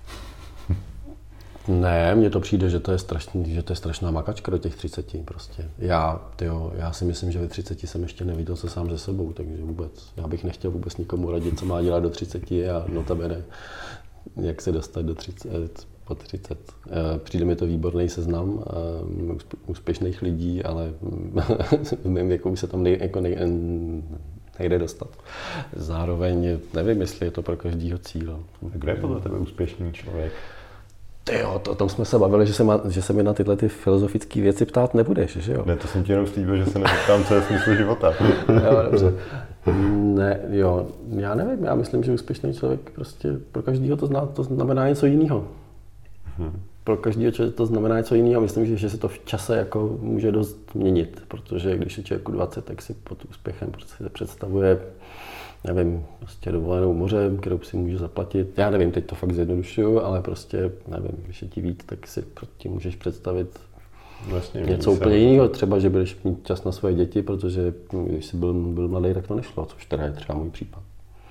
Ne, mně to přijde, že to je strašná makačka do těch 30 prostě. Já si myslím, že ve 30 jsem ještě neviděl se sám ze sebou, takže vůbec. Já bych nechtěl vůbec nikomu radit, co má dělat do 30 a notabene, jak se dostat do 30, po 30. Přijde mi to výborný seznam úspěšných lidí, ale v mém věku se tam nejde dostat. Zároveň nevím, jestli je to pro každýho cíl. Kdo je podle tebe úspěšný člověk? O tom jsme se bavili, že se mi na tyhle ty filozofické věci ptát nebudeš, že jo? Ne, to jsem ti jenom slíbil, že se neptám, co je smysl života. Jo, dobře. Ne, jo, já nevím, já myslím, že úspěšný člověk prostě pro každého to znamená něco jiného. Pro každého to znamená něco jiného a myslím, že se to v čase jako může dost měnit, protože když je člověku 20, tak si pod úspěchem prostě představuje, nevím, prostě dovolenou moře, kterou si může zaplatit. Já nevím, teď to fakt zjednodušuju, ale prostě, nevím, když je ti víc, tak si tím můžeš představit vlastně něco úplně jiného. Třeba, že budeš mít čas na svoje děti, protože když jsi byl mladý, tak to nešlo, což teda je třeba můj případ.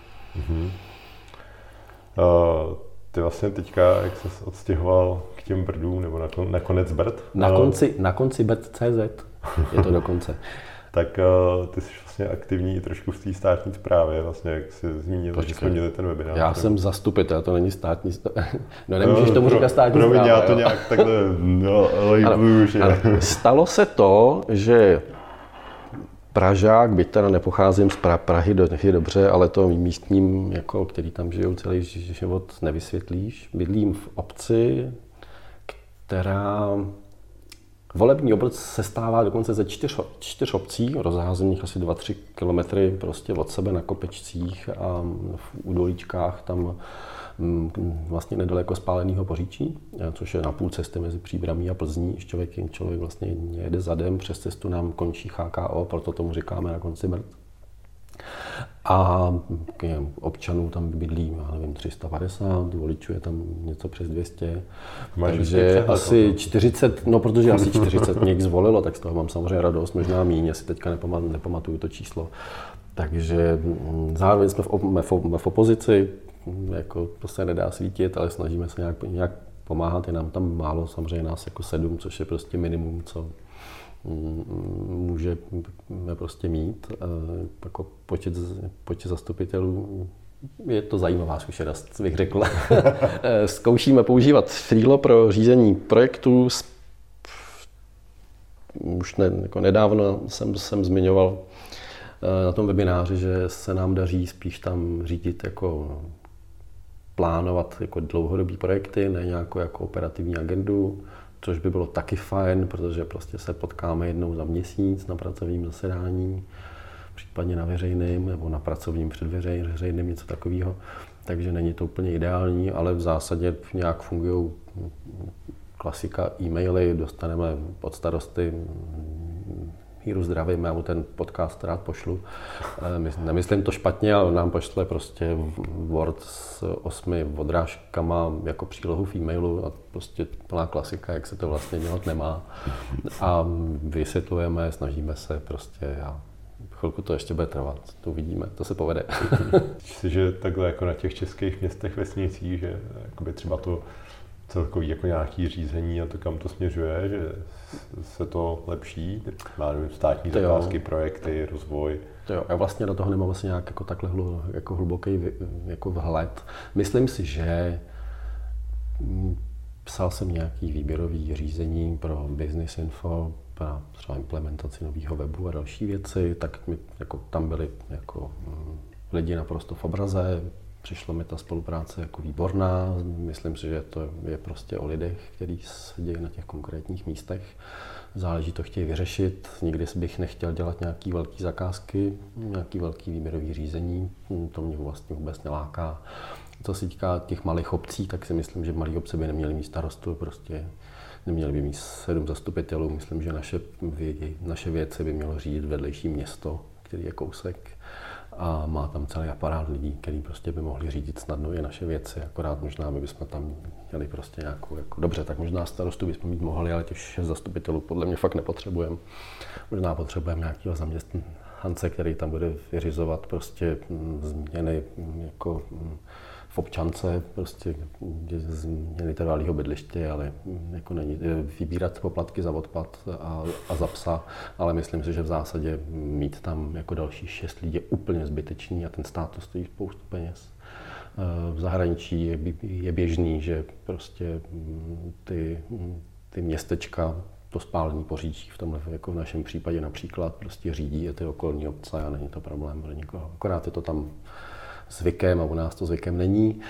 Ty vlastně teďka, jak jsi odstěhoval k těm Brdům, nebo na konec Brd? Na konci Brd.cz je to dokonce. Tak ty jsi vlastně aktivní i trošku v té státní správě, vlastně, jak jsi zmínil, že jsme měli ten webinář. Já jsem zastupitel, to není státní No nemůžeš tomu říkat státní správa. Já to nějak takhle labluju, že... Stalo se to, že Pražák, byť teda nepocházím z Prahy, je dobře, ale to místním, jako, který tam žijou celý život, nevysvětlíš. Bydlím v obci, která... Volební obvod se stává dokonce ze 4 obcí, rozházených asi 2-3 kilometry prostě od sebe na kopečcích a v údolíčkách tam vlastně nedaleko Spáleného Poříčí, což je na půl cesty mezi Příbramí a Plzní. Člověk vlastně jede zadem, přes cestu nám končí HKO, proto tomu říkáme na konci Brd. A občanů tam bydlí, já nevím, 350, voličů je tam něco přes 200. Takže asi 40, no protože asi 40 mě zvolilo, tak z toho mám samozřejmě radost, možná míň, asi teďka nepamatuju to číslo. Takže zároveň jsme v opozici, jako to se nedá svítit, ale snažíme se nějak pomáhat, je nám tam málo, samozřejmě nás jako 7, což je prostě minimum, co můžeme prostě mít. Jako počet zastupitelů, je to zajímavá zkušenost, bych řekl. Zkoušíme používat Freelo pro řízení projektů. Už jako nedávno jsem zmiňoval na tom webináři, že se nám daří spíš tam řídit jako plánovat jako dlouhodobý projekty, ne nějakou jako operativní agendu, což by bylo taky fajn, protože prostě se potkáme jednou za měsíc na pracovním zasedání, případně na veřejném nebo na pracovním před veřejným, něco takového. Takže není to úplně ideální, ale v zásadě nějak fungují klasika e-maily, dostaneme od starosty Míru zdravím, já mu ten podcast rád pošlu. Nemyslím to špatně, ale on nám pošle prostě Word s 8 odrážkama jako přílohu v e-mailu a prostě plná klasika, jak se to vlastně dělat nemá. A vysvětlujeme, snažíme se prostě a chvilku to ještě bude trvat, to uvidíme, to se povede. Myslím, že takhle jako na těch českých městech, vesnicích, že jakoby třeba to celkový jako nějaký řízení a to, kam to směřuje, že se to lepší, má státní zakázky, projekty, rozvoj. To jo, já vlastně do toho nemám vlastně nějak jako takhle jako hluboký jako vhled. Myslím si, že psal jsem nějaký výběrový řízení pro Business Info, pro třeba implementaci nového webu a další věci, tak jako tam byli jako lidi naprosto v obraze. Přišlo mi ta spolupráce jako výborná. Myslím si, že to je prostě o lidech, kteří se dějí na těch konkrétních místech. Záleží to chtějí vyřešit. Nikdy bych nechtěl dělat nějaký velký zakázky, nějaký velký výběrový řízení. To mě vlastně vůbec neláká. Co se týká těch malých obcí, tak si myslím, že malé obce by neměly mít starostu, prostě neměly by mít 7 zastupitelů. Myslím, že naše věci by mělo řídit vedlejší město, který je kousek. A má tam celý aparát lidí, který prostě by mohli řídit snadno i naše věci. Akorát možná my bychom tam měli prostě nějakou, jako, dobře, tak možná starostu bychom mít mohli, ale těch 6 zastupitelů podle mě fakt nepotřebujeme. Možná potřebujeme nějakého zaměstnance, který tam bude vyřizovat prostě změny jako v občance, prostě změny trvalého bydliště, ale jako není, vybírat poplatky za odpad a za psa, ale myslím si, že v zásadě mít tam jako další 6 lidí je úplně zbytečný a ten stát to stojí spoustu peněz. V zahraničí je běžný, že prostě ty městečka to spálení pořídí, v tomhle, jako v našem případě například, prostě řídí ty okolní obce a není to problém pro nikoho. Akorát je to tam zvykem a u nás to zvykem není.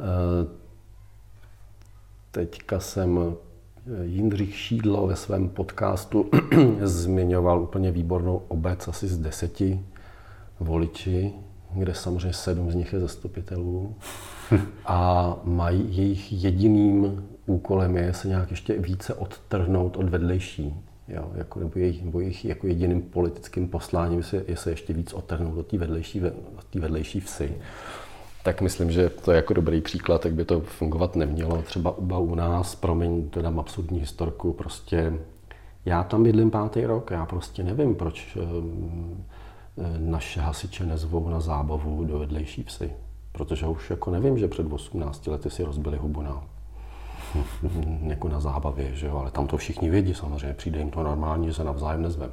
Teďka jsem Jindřich Šídlo ve svém podcastu zmiňoval úplně výbornou obec asi z 10 voliči, kde samozřejmě 7 z nich je zastupitelů a jejich jediným úkolem je se nějak ještě více odtrhnout od vedlejší. Jo, nebo jejich jako jediným politickým posláním je se ještě víc odtrhnout od té vedlejší vsi. Tak myslím, že to je jako dobrý příklad, jak by to fungovat nemělo. Třeba u nás, promiň, to dám absurdní historku, prostě já tam bydlím 5. rok, já prostě nevím, proč naše hasiče nezvou na zábavu do vedlejší vsi. Protože už jako nevím, že před 18 lety si rozbili hubu jako na zábavě, že jo, ale tam to všichni vědí, samozřejmě přijde jim to normální, že se navzájem nezvem.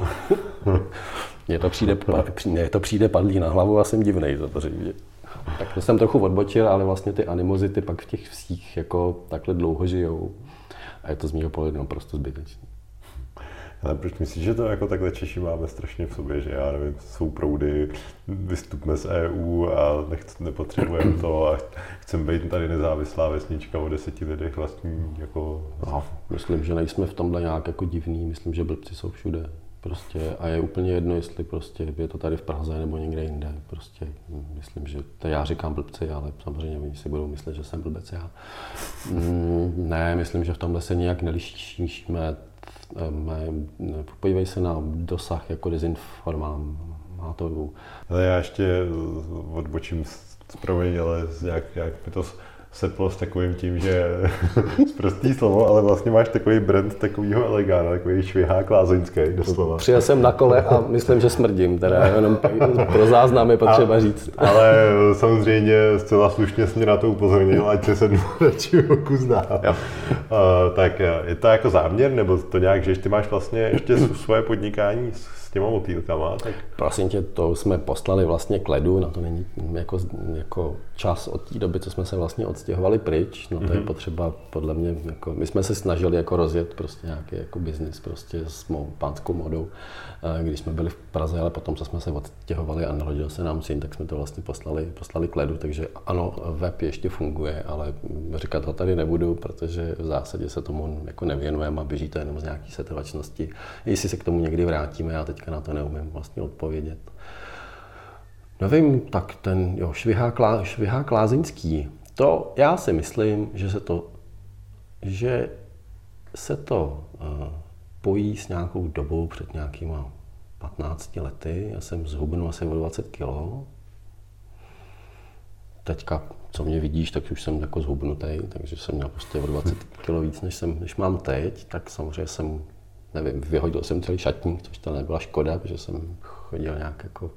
Mně to přijde padlý na hlavu a jsem divnej samozřejmě. Tak to jsem trochu odbočil, ale vlastně ty animozity pak v těch vsích jako takhle dlouho žijou a je to z mého pohledu naprosto zbytečné. Ale proč myslíš, že to jako takhle Češi máme strašně v sobě, že já nevím, jsou proudy, vystupme z EU a nepotřebujeme to a chceme být tady nezávislá vesnička o 10 lidech vlastní jako... No, myslím, že nejsme v tomhle nějak jako divný, myslím, že blbci jsou všude. Prostě, a je úplně jedno, jestli prostě je to tady v Praze nebo někde jinde. Prostě myslím, že to já říkám blbci, ale samozřejmě oni si budou myslet, že jsem blbec já. Ne, myslím, že v tomhle se nějak nelišíme. Podívej se na dosah jako dezinformátorů. Ale já ještě odbočím promiň, ale jak mi to seplo s takovým tím, že prostý slovo, ale vlastně máš takový brand takovýho elegána, takový švihák lázeňský doslova. Přijel jsem na kole a myslím, že smrdím, teda jenom pro záznam je potřeba říct. Ale samozřejmě zcela slušně jsi mě na to upozornil, ať se sednu radši kus dál. Tak je to jako záměr, nebo to nějak, že ty máš vlastně ještě svoje podnikání s těma motýlkama? Tak... Prosím tě, to jsme poslali vlastně k ledu, na to není jako čas od té doby, co jsme se vlastně odstěhovali pryč, no to je potřeba podle mě, jako, my jsme se snažili jako rozjet prostě nějaký jako biznis prostě s pánskou modou, když jsme byli v Praze, ale potom, co jsme se odstěhovali a narodil se nám syn, tak jsme to vlastně poslali k ledu, takže ano, web ještě funguje, ale říkat to tady nebudu, protože v zásadě se tomu jako nevěnujeme a běží to jenom z nějaký setrvačnosti. Jestli se k tomu někdy vrátíme, já teďka na to neumím vlastně odpovědět. Nevím, tak ten švihák lázeňský, to já si myslím, že se to spojí s nějakou dobou před nějakýma 15 lety. Já jsem zhubnul asi o 20 kg. Teďka, co mě vidíš, tak už jsem jako zhubnutý, takže jsem měl prostě o 20 kg víc, než mám teď. Tak samozřejmě jsem, nevím, vyhodil jsem celý šatník, což to nebyla škoda, protože jsem chodil nějak jako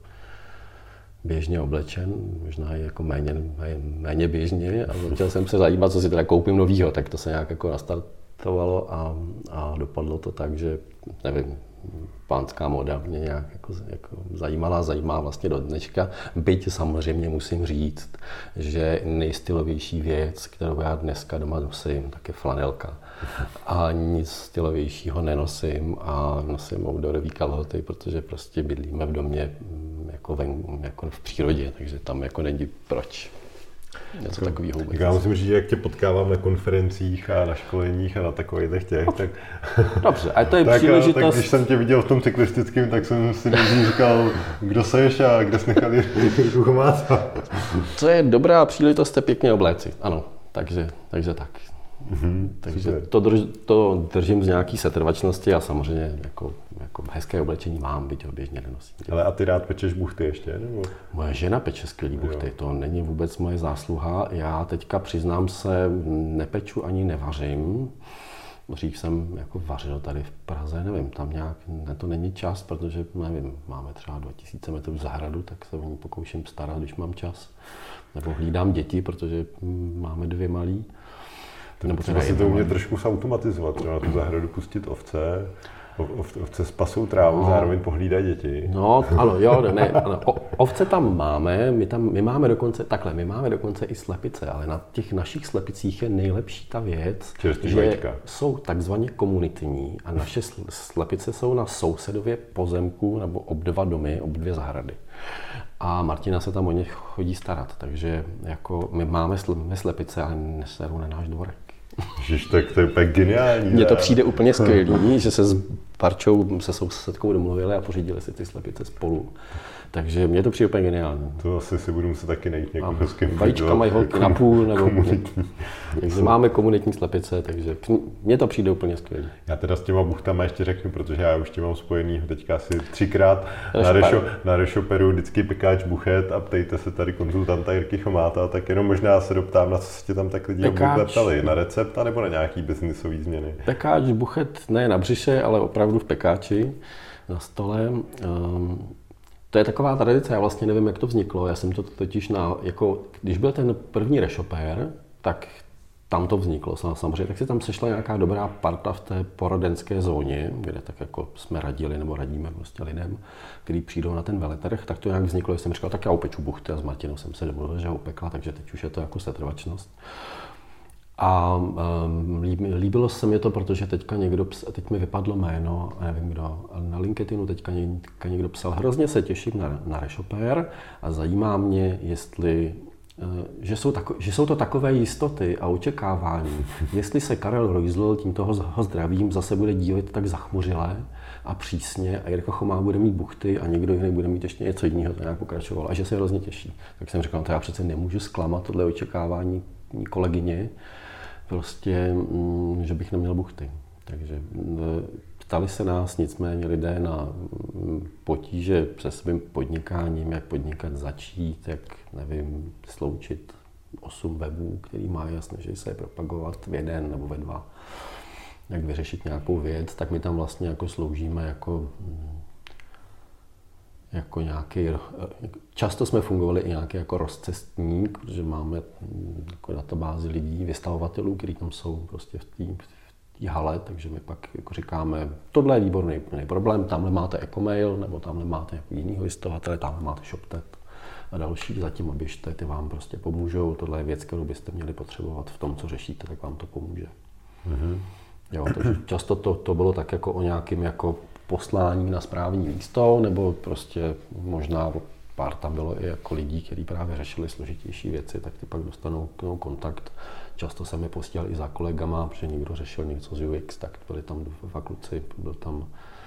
běžně oblečen, možná i jako méně běžně, a chtěl jsem se zajímat, co si teda koupím novýho, tak to se nějak jako nastartovalo a dopadlo to tak, že nevím, pánská móda mě nějak jako zajímá vlastně do dneška. Byť samozřejmě musím říct, že nejstylovější věc, kterou já dneska doma nosím, tak je flanelka. A nic stylovějšího nenosím a nosím outdoorový kalhoty, protože prostě bydlíme v domě jako v přírodě, takže tam jako není proč. Něco takového vůbec. Já musím říct, že jak tě potkávám na konferencích a na školeních a na takových těch, tak... Dobře, a to je příležitost... Tak když jsem tě viděl v tom cyklistickém, tak jsem si nejdřív říkal, kdo seš a kde jsi nechal Jirku Chomáta. To je dobrá příležitost se pěkně obléci, ano, takže tak. Takže to držím z nějaký setrvačnosti a samozřejmě jako hezké oblečení mám, byť ho běžně nenosím. Ale a ty rád pečeš buchty ještě, nebo? Moje žena peče skvělý buchty, to není vůbec moje zásluha. Já teďka přiznám se, nepeču ani nevařím. Dřív jsem jako vařil tady v Praze, nevím, tam nějak, to není čas, protože nevím, máme třeba 2000 metrů zahradu, tak se o ní pokouším starat, když mám čas. Nebo hlídám děti, protože máme 2 malí. Nebo třeba si to umět trošku zautomatizovat, třeba na tu zahradu pustit ovce, ovce spasou trávu, zároveň pohlídají děti. No, ano, ovce tam máme, my máme dokonce i slepice, ale na těch našich slepicích je nejlepší ta věc, že jsou takzvaně komunitní a naše slepice jsou na sousedově pozemku nebo ob 2 domy, ob 2 zahrady. A Martina se tam o ně chodí starat, takže jako my máme slepice, ale neserou na náš dvorek. Ježiš, tak to je úplně geniální. Mně to přijde úplně skvělý, že se s Parčou, se sousedkou domluvili a pořídili si ty slepice spolu. Takže mně to přijde úplně geniální. To asi si budu muset taky najít nějakou hezkým. Vajíčka mají holky na půl, nebo takže máme komunitní slepice, takže mně to přijde úplně skvělý. Já teda s těma buchtama ještě řeknu, protože já už tě mám spojený teďka asi 3krát na Reshoperu vždycky pekáč buchet a ptejte se tady konzultanta Jirky Chomáta, tak jenom možná se doptám, na co se tě tam tak lidi obvykle ptali, na recept nebo na nějaký biznisový změny? Pekáč buchet ne na břiše, ale opravdu v pekáči na stole. To je taková tradice, já vlastně nevím, jak to vzniklo. Já jsem to totiž když byl ten první Reshoper, tak tam to vzniklo samozřejmě. Tak se tam sešla nějaká dobrá parta v té poradenské zóně, kde tak jako jsme radili nebo radíme prostě lidem, kteří přijdou na ten veletrh, tak to nějak vzniklo, že jsem říkal, tak já upeču buchty a s Martinou jsem se domluvil, že ho upekla, takže teď už je to jako setrvačnost. A líbilo se mi to, protože teď mi vypadlo jméno, nevím kdo, na LinkedInu teďka někdo psal, hrozně se těším na Reshoper a zajímá mě, že jsou to takové jistoty a očekávání, jestli se Karel Rojzl, tímto ho zdravím, zase bude dívat tak zachmuřile a přísně a Jirka Chomá bude mít buchty a někdo jiný bude mít ještě něco jiného, to nějak pokračoval a že se hrozně těší. Tak jsem říkal, to já přece nemůžu zklamat tohle očekávání kolegyně, prostě, že bych neměl buchty. Takže ptali se nás nicméně lidé na potíže se svým podnikáním, jak podnikat začít, jak, nevím, sloučit 8 webů, který má jasně, že se je propagovat v 1 nebo ve 2. Jak vyřešit nějakou věc, tak my tam vlastně jako sloužíme jako nějaký, často jsme fungovali i nějaký jako rozcestník, protože máme jako databázi lidí, vystavovatelů, kteří tam jsou prostě v té hale, takže my pak jako říkáme, tohle je výborný problém, tamhle máte Ecomail, nebo tamhle máte jako jinýho listovatele, tamhle máte ShopTet a další, zatím a běžte, ty vám prostě pomůžou, tohle je věc, kterou byste měli potřebovat v tom, co řešíte, tak vám to pomůže. Mm-hmm. Jo, takže často to bylo tak jako o nějakým jako poslání na správní místo, nebo prostě možná pár tam bylo i jako lidí, kteří právě řešili složitější věci, tak ty pak dostanou kontakt. Často jsem je posílal i za kolegama, protože někdo řešil něco z UX, tak byli tam 2 kluci, byl tam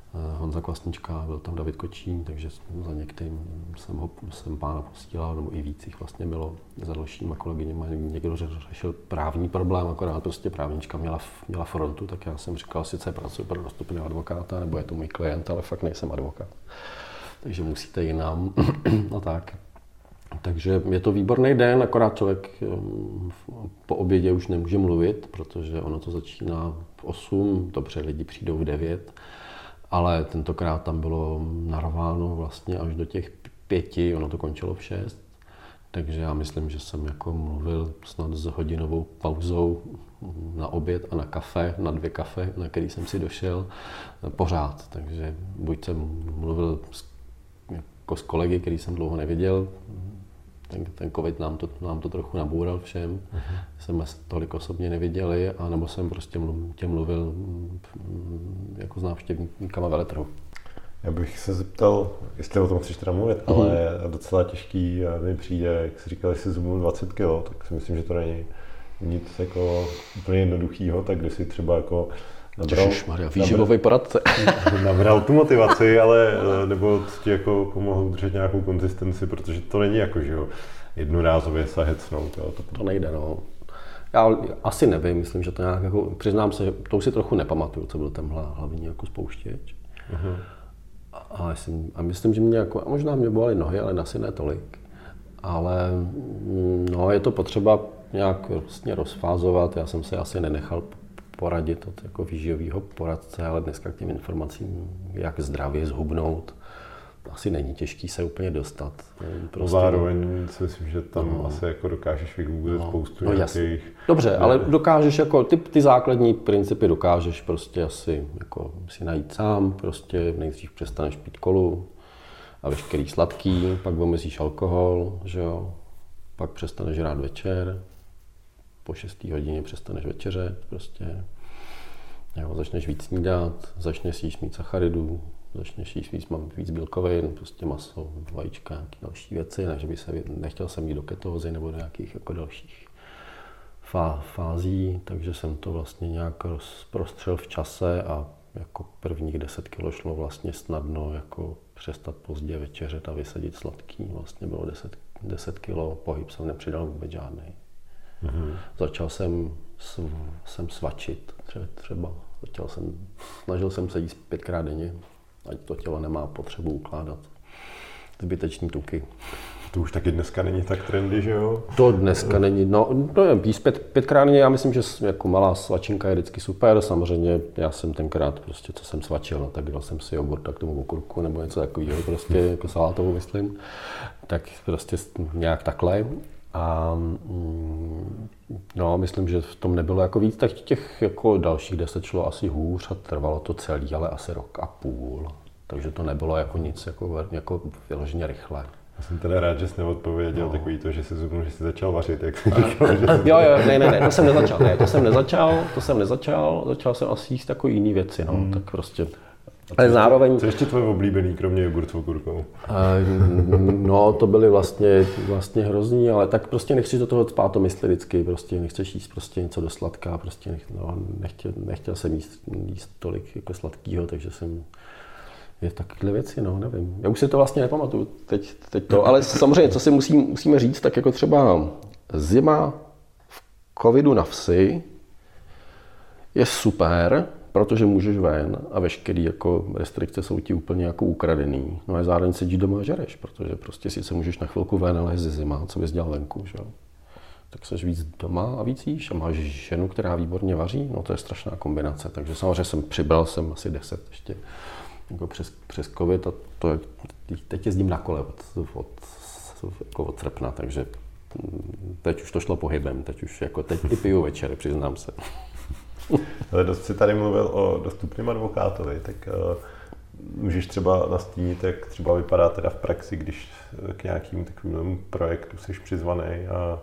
Honza Kvasnička, byl tam David Kočín, takže za některým jsem pána posílal, nebo i víc jich vlastně bylo za dalšíma kolegyněma. Někdo řešil právní problém, akorát prostě právnička měla frontu, tak já jsem říkal, sice pracuji pro dostupného advokáta, nebo je to můj klient, ale fakt nejsem advokát. Takže musíte jinam a tak. Takže je to výborný den, akorát člověk po obědě už nemůže mluvit, protože ono to začíná v 8, dobře, lidi přijdou v 9, ale tentokrát tam bylo narváno vlastně až do těch 5, ono to končilo v 6, takže já myslím, že jsem jako mluvil snad s hodinovou pauzou na oběd a na kafe, na 2 kafe, na který jsem si došel pořád, takže buď jsem mluvil jako s kolegy, který jsem dlouho neviděl, ten covid nám to trochu naboural všem, jsme tolik osobně neviděli, anebo jsem prostě mluvil jako s návštěvníkama veletrhu. Já bych se zeptal, jestli o tom chceš teda mluvit, ale docela těžký mi přijde, jak jsi říkal, že jsi zhubnul 20 kg, tak si myslím, že to není nic jako úplně jednoduchýho, tak když si třeba jako výživový poradce. Nabral tu motivaci, ale nebo ti jako pomohl udržet nějakou konzistenci, protože to není jako, že jo, jednorázově se hecnout. Jo, to nejde, no. Já asi nevím, myslím, že to nějak jako, přiznám se, že to už si trochu nepamatuju, co byl ten hlavní jako spouštěč. A myslím, že mě jako, možná mě bolely nohy, ale asi ne tolik. Ale no, je to potřeba nějak vlastně rozfázovat, já jsem se asi nenechal poradit od jako výživového poradce, ale dneska k těm informacím, jak zdravě zhubnout, asi není těžký se úplně dostat. Prostě zároveň si myslím, že tam asi jako dokážeš vygoogilit spoustu nějakých... Dobře, ale dokážeš jako ty základní principy dokážeš prostě asi jako si najít sám, prostě nejdřív přestaneš pít kolu a veškerý sladký, pak omezíš alkohol, že jo, pak přestaneš žrát večer, po 6. hodině přestaneš večeřet, prostě, jo, začneš víc snídat, začneš jíst víc sacharidů, začneš jíst víc bílkovin, prostě maso, vajíčka, nějaké další věci, takže nechtěl jsem jít do ketózy nebo do nějakých jako dalších fází, takže jsem to vlastně nějak rozprostřel v čase a jako prvních 10 kg šlo vlastně snadno jako přestat pozdě večeřet a vysadit sladký, vlastně bylo 10 kg, pohyb jsem nepřidal vůbec žádný. Začal jsem svačit třeba. Snažil jsem se jíst 5krát denně, ať to tělo nemá potřebu ukládat zbytečný tuky. To už taky dneska není tak trendy, že jo? To dneska není, no jíst 5krát denně, já myslím, že jako malá svačinka je vždycky super, samozřejmě já jsem tenkrát prostě, co jsem svačil, no, tak dal jsem si jogurt a k tomu okurku nebo něco takového, prostě jako salátovou myslím, tak prostě nějak takhle. A no, myslím, že v tom nebylo jako víc, tak těch jako dalších 10 šlo asi hůř a trvalo to celý, ale asi 1,5 roku. Takže to nebylo jako nic jako vyloženě rychle. Já jsem teda rád, že jsi neodpověděl takový to, že jsi zubnul, že jsi začal vařit, jak jsi říkal. Jo, ne, to jsem nezačal, začal jsem asi jíst jako jiný věci, no, tak prostě. Ale zároveň... Co ještě tvoje oblíbený, kromě jogurt s okurkou? No, to byly vlastně hrozný, ale tak prostě nechci do toho cpát to mysli vždycky, prostě nechceš jíst prostě něco do sladká, prostě nechtěl jsem jíst tolik jako sladkýho, takže jsem... Je takovéhle věci, no, nevím. Já už si to vlastně nepamatuju teď to, ale samozřejmě, co si musíme říct, tak jako třeba zima v covidu na vsi je super, protože můžeš ven a veškerý jako restrikce jsou ti úplně jako ukradený. No a zároveň sedíš doma a žereš, protože prostě sice můžeš na chvilku ven, ale je zima, co bys dělal venku, že jo. Tak seš víc doma a víc jíš a máš ženu, která výborně vaří, no to je strašná kombinace. Takže samozřejmě přibral jsem asi 10 ještě jako přes covid a teď jezdím na kole od srpna, takže teď už to šlo pohybem, teď i piju večer, přiznám se. Ale dost si tady mluvil o dostupném advokátovi, tak můžeš třeba nastínit, jak třeba vypadá teda v praxi, když k nějakému takovému projektu jsi přizvaný a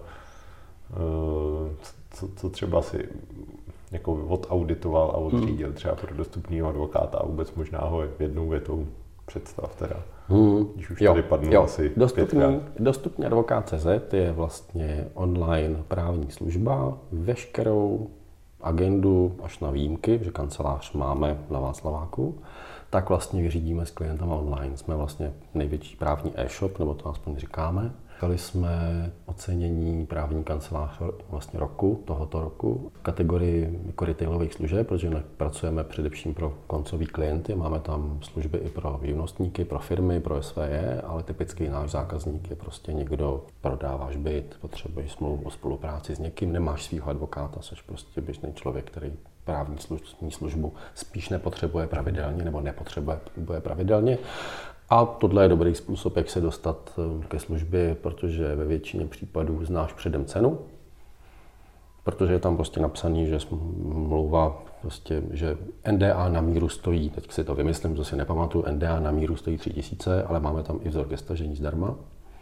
co třeba si jako odauditoval a odřídil třeba pro dostupného advokáta a vůbec možná ho jednou větou představ teda. Když už tady padnou asi Dostupný advokát.cz je vlastně online právní služba, veškerou agendu až na výjimky, že kancelář máme na Václaváku, tak vlastně vyřídíme s klientem online. Jsme vlastně největší právní e-shop, nebo to aspoň říkáme. Dali jsme ocenění právní kancelář vlastně tohoto roku v kategorii jako retailových služeb, protože pracujeme především pro koncový klienty. Máme tam služby i pro živnostníky, pro firmy, pro SVJ, ale typický náš zákazník je prostě někdo, prodáváš byt, potřebuješ smlouvu o spolupráci s někým, nemáš svého advokáta, jsi prostě běžný člověk, který právní službu spíš nepotřebuje pravidelně nebo nepotřebuje pravidelně. A tohle je dobrý způsob, jak se dostat ke službě, protože ve většině případů znáš předem cenu, protože je tam prostě napsaný, že smlouva, prostě, že NDA na míru stojí, teď si to vymyslím, to si nepamatuju, NDA na míru stojí 3000, ale máme tam i vzor ke stažení zdarma.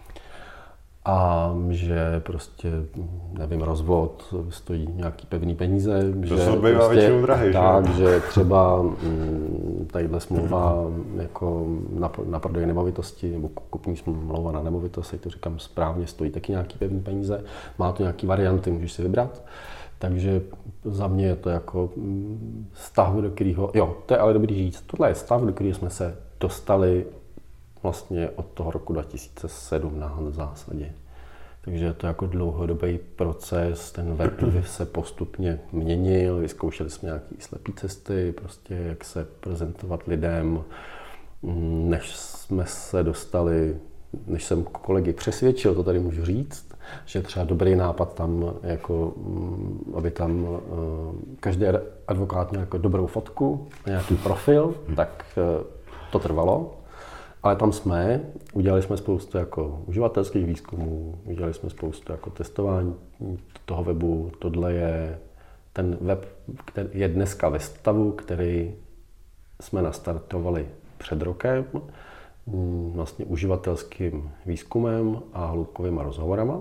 A že prostě, nevím, rozvod stojí nějaký pevný peníze. To se bývá většinou drahý, že třeba tadyhle smlouva jako na prodej nemovitosti nebo kupní smlouva na nemovitosti, to říkám správně, stojí taky nějaký pevný peníze. Má to nějaký varianty, můžeš si vybrat. Takže za mě je to jako stav, do kterého, to je ale dobrý říct, tohle je stav, do kterého jsme se dostali vlastně od toho roku 2017 v zásadě. Takže je to jako dlouhodobý proces, ten web se postupně měnil, vyzkoušeli jsme nějaké slepé cesty, prostě jak se prezentovat lidem, než jsme se dostali, než jsem kolegy přesvědčil, to tady můžu říct, že třeba dobrý nápad tam, jako, aby tam každý advokát měl jako dobrou fotku, nějaký profil, tak to trvalo. Ale tam jsme, udělali jsme spoustu jako uživatelských výzkumů, udělali jsme spoustu jako testování toho webu. Tohle je ten web, který je dneska ve stavu, který jsme nastartovali před rokem, vlastně uživatelským výzkumem a hloubkovýma rozhovorama,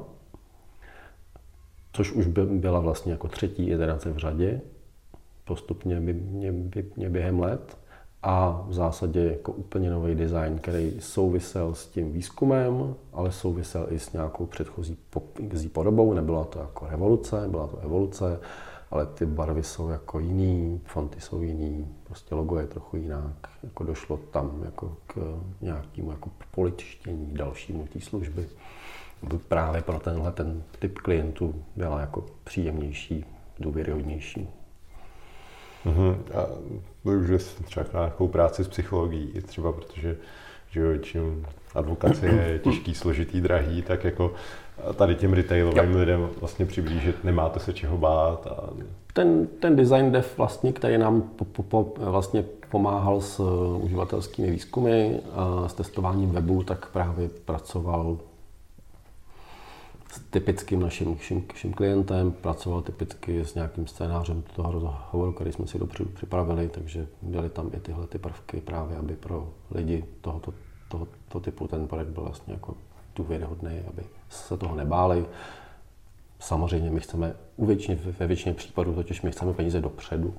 což už byla vlastně jako třetí iterace v řadě, postupně během let. A v zásadě jako úplně nový design, který souvisel s tím výzkumem, ale souvisel i s nějakou předchozí podobou. Nebyla to jako revoluce, byla to evoluce, ale ty barvy jsou jako jiný, fonty jsou jiný, prostě logo je trochu jinak. Jako došlo tam jako k nějakému jako političtění dalšímu té služby. Právě pro tenhle ten typ klientů byla jako příjemnější, důvěryhodnější. A to už je třeba nějakou práci s psychologií, třeba protože že většinou advokace je těžký, složitý, drahý, tak jako tady těm retailovým lidem vlastně přiblížit, nemáte se čeho bát. A... Ten design dev vlastně, který nám vlastně pomáhal s uživatelskými výzkumy a s testováním webu, tak právě pracoval s typickým naším klientem, pracoval typicky s nějakým scénářem toho rozhovoru, který jsme si dopředu připravili, takže byly tam i tyhle ty prvky právě, aby pro lidi tohoto typu ten projekt byl vlastně jako důvěryhodný, aby se toho nebáli. Samozřejmě my chceme ve většině případů, totiž my chceme peníze dopředu.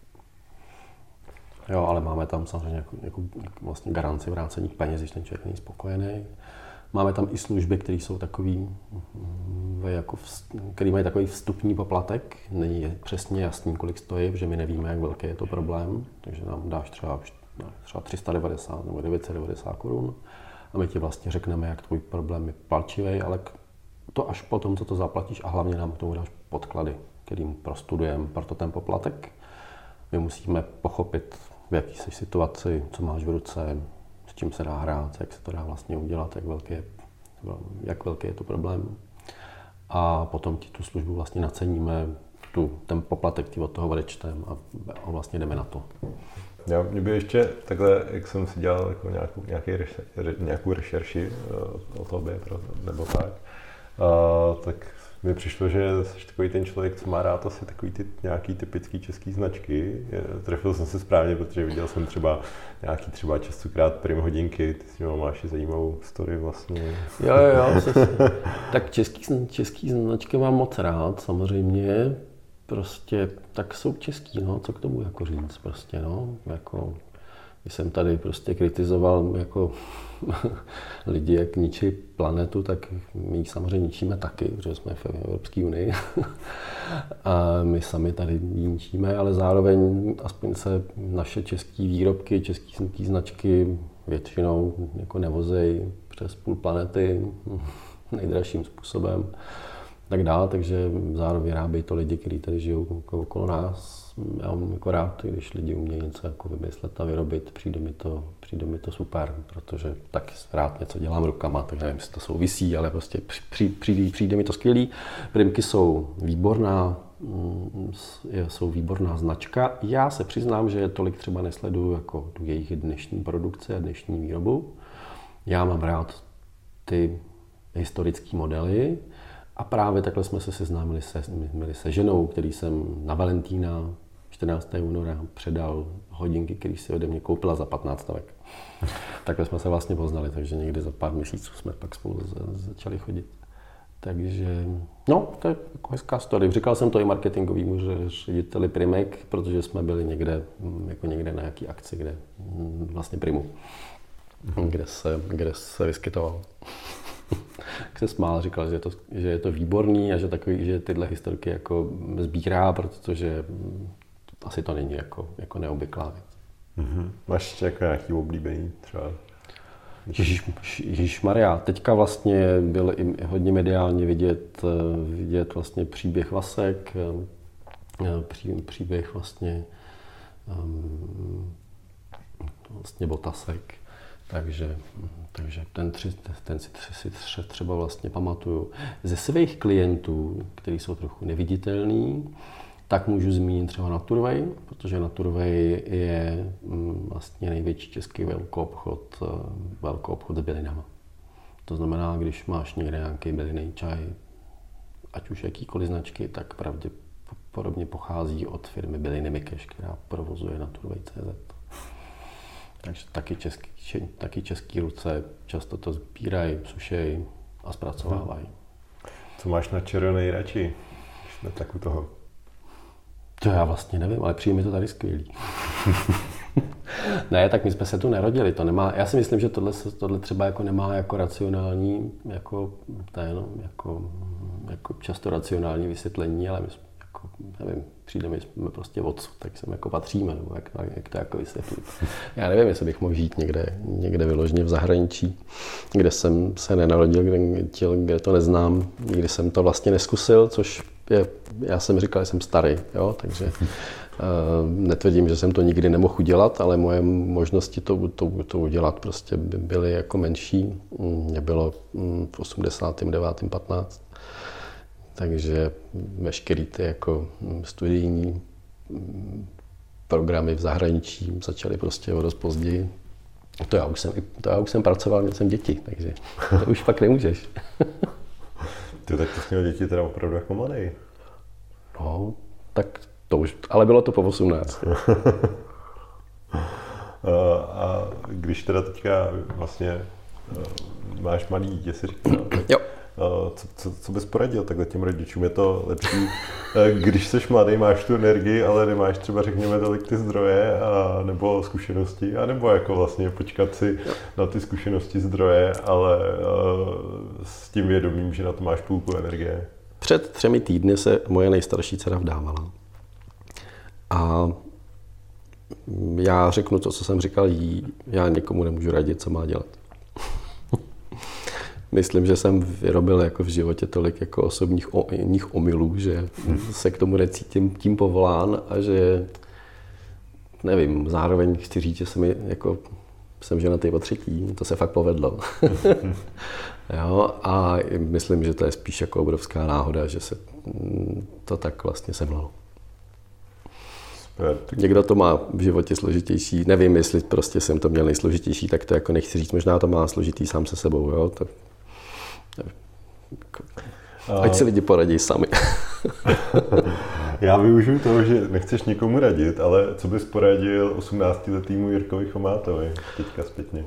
Jo, ale máme tam samozřejmě jako vlastně garanci vrácení peněz, když ten člověk není spokojený. Máme tam i služby, které jsou takový, jako který mají takový vstupní poplatek. Není přesně jasný, kolik stojí, protože my nevíme, jak velký je to problém. Takže nám dáš třeba 390 nebo 990 korun a my ti vlastně řekneme, jak tvůj problém je palčivý, ale to až potom, co to zaplatíš a hlavně nám k tomu dáš podklady, kterým prostudujeme, proto ten poplatek. My musíme pochopit, v jaký jsi situaci, co máš v ruce, s čím se dá hrát, jak se to dá vlastně udělat, jak velký je to problém. A potom ti tu službu vlastně naceníme, ten poplatek od toho odečtem a vlastně jdeme na to. Mě by ještě takhle, jak jsem si dělal jako nějakou rešerši o tobě, nebo tak mi přišlo, že jsi takový ten člověk, co má rád asi takový ty nějaký typický český značky. Trefil jsem se správně, protože viděl jsem třeba nějaký častokrát prim hodinky, ty s ním máš i zajímavou story vlastně. Jo, tak český značky mám moc rád, samozřejmě. Prostě tak jsou český, no, co k tomu jako říct prostě, no, jako když jsem tady prostě kritizoval jako lidi, jak ničí planetu, tak my ji samozřejmě ničíme taky, protože jsme v Evropské unii. A my sami tady ji ničíme, ale zároveň aspoň se naše české výrobky, české značky většinou jako nevozejí přes půl planety nejdražším způsobem. Tak dále, takže zároveň vyrábějí to lidi, kteří tady žijou okolo nás. Já mám jako rád, když lidi umějí něco jako vymyslet a vyrobit, přijde mi to super, protože taky rád něco dělám rukama, takže nevím, jestli to souvisí, ale prostě přijde mi to skvělý. Primky jsou výborná značka. Já se přiznám, že tolik třeba nesleduju jako tu jejich dnešní produkci a dnešní výrobu. Já mám rád ty historické modely. A právě takhle jsme se seznámili se ženou, který jsem na Valentína 14. února předal hodinky, které si ode mě koupila za 15 stovek. Takhle jsme se vlastně poznali, takže někdy za pár měsíců jsme pak spolu začali chodit. Takže, no, to je jako hezká story. Říkal jsem to i marketingovému řediteli Primek, protože jsme byli někde na nějaký akci, kde vlastně Primu, kde se vyskytoval. Jak se smál, říkal, že je to výborný a že tyhle historky jako sbírá, protože asi to není jako neobvyklá věc. Mm-hmm. Máš jako nějaký oblíbený třeba? Ježišmarja, teďka vlastně byl i hodně mediálně vidět vlastně příběh Vasek, příběh vlastně Botasek. Takže ten si třeba vlastně pamatuju. Ze svých klientů, kteří jsou trochu neviditelní, tak můžu zmínit třeba Naturvej, protože Naturvej je vlastně největší český velkoobchod s bylinama. To znamená, když máš někde nějaký bylinný čaj, ať už jakýkoliv značky, tak pravděpodobně pochází od firmy Byliny Mikeš, která provozuje Naturvej.cz. Takže taky český ruce často to sbírají, sušejí a zpracovávají. Co máš na čero nejradši, když jsme tak u toho? To já vlastně nevím, ale přijde mi to tady skvělý. Ne, tak my jsme se tu nerodili, to nemá, já si myslím, že tohle třeba jako nemá jako racionální, jako často racionální vysvětlení, ale my jsme, jako, nevím, přijde mi, jsme prostě odsud, tak sem jako patříme, nebo jak to jako vysvětlit. Já nevím, jestli bych mohl žít někde vyloženě v zahraničí, kde jsem se nenarodil, kde to neznám, nikdy jsem to vlastně neskusil, což je, já jsem říkal, že jsem starý, jo, takže netvrdím, že jsem to nikdy nemohl udělat, ale moje možnosti to udělat prostě byly jako menší. Mě bylo v 89. 15. Takže veškerý ty jako studijní programy v zahraničí začaly prostě o dost později. To já už jsem pracoval, měl jsem děti, takže to už pak nemůžeš. Ty tak to jsi měl děti teda opravdu jako mladý. No, tak to už, ale bylo to po 18. A když teda teďka vlastně máš malý dítě, si říkal, tak jo. Co bys poradil takhle těm rodičům? Je to lepší, když jsi mladý, máš tu energii, ale nemáš třeba, řekněme, tolik ty zdroje nebo zkušenosti, anebo jako vlastně počkat si na ty zkušenosti, zdroje, ale s tím vědomím, že na to máš půlku energie? Před 3 týdny se moje nejstarší dcera vdávala. A já řeknu to, co jsem říkal jí, já nikomu nemůžu radit, co má dělat. Myslím, že jsem vyrobil jako v životě tolik jako osobních omylů, že se k tomu necítím tím povolán a že nevím, zároveň chci říct, že jsem ženatý po 3, to se fakt povedlo. Jo, a myslím, že to je spíš jako obrovská náhoda, že se to tak vlastně semlalo. Někdo to má v životě složitější, nevím, jestli prostě jsem to měl nejsložitější, tak to jako nechci říct, možná to má složitý sám se sebou, jo. Ať si lidi poradí sami. Já využiju toho, že nechceš nikomu radit, ale co bys poradil 18letýmu Jirkovi Chomátovi teďka zpětně?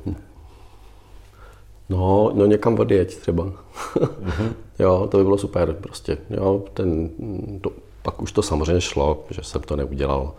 No někam odjeď třeba. Jo, to by bylo super prostě. Jo, pak už to samozřejmě šlo, že jsem to neudělal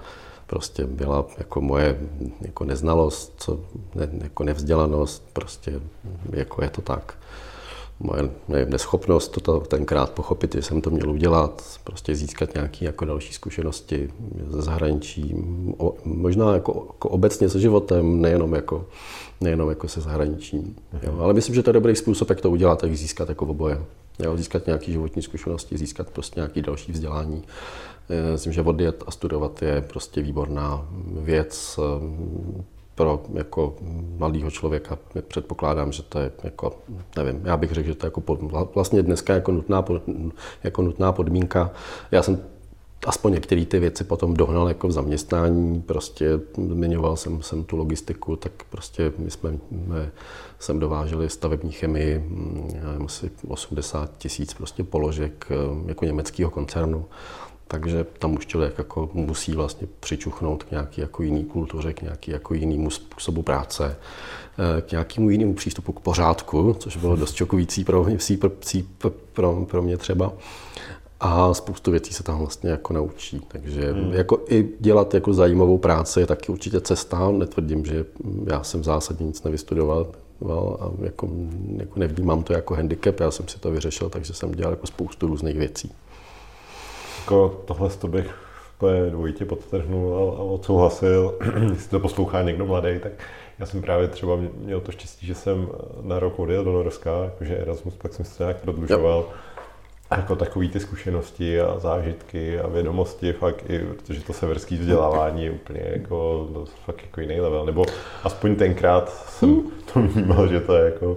prostě byla jako moje jako neznalost, jako nevzdělanost, prostě jako je to tak. Moje neschopnost to tenkrát pochopit, že jsem to měl udělat, prostě získat nějaké jako další zkušenosti ze zahraničí, možná jako obecně se životem, nejenom jako se zahraničím. Jo. Ale myslím, že to je dobrý způsob, jak to udělat, jak získat jako oboje. Jo, získat nějaké životní zkušenosti, získat prostě nějaké další vzdělání. Myslím, že odjet a studovat je prostě výborná věc pro jako mladého člověka. Předpokládám, že to je jako, nevím, já bych řekl, že to je jako vlastně dneska jako nutná podmínka. Já jsem aspoň některé ty věci potom dohnal jako v zaměstnání, prostě zmiňoval jsem tu logistiku, tak prostě my jsme sem dováželi stavební chemii, asi 80 000 prostě položek jako německého koncernu. Takže tam už člověk jako musí vlastně přičuchnout k nějaký jako jiný kultuře, k nějaký jako jinému způsobu práce, k nějakému jinému přístupu k pořádku, což bylo dost šokující pro mě třeba. A spoustu věcí se tam vlastně jako naučí. Takže jako i dělat jako zajímavou práci je taky určitě cesta. Netvrdím, že já jsem zásadně nic nevystudoval a jako nevnímám to jako handicap. Já jsem si to vyřešil, takže jsem dělal jako spoustu různých věcí. Jako tohle to bych dvojitě podtrhnul a odsouhlasil. Jestli to poslouchá někdo mladý, tak já jsem právě třeba měl to štěstí, že jsem na rok odjel do Norska, jakože Erasmus, pak jsem se nějak prodlužoval. Jako takový ty zkušenosti a zážitky a vědomosti, fakt i, protože to severské vzdělávání je úplně jako, fakt jako jiný level, nebo aspoň tenkrát jsem to vnímal, že to je jako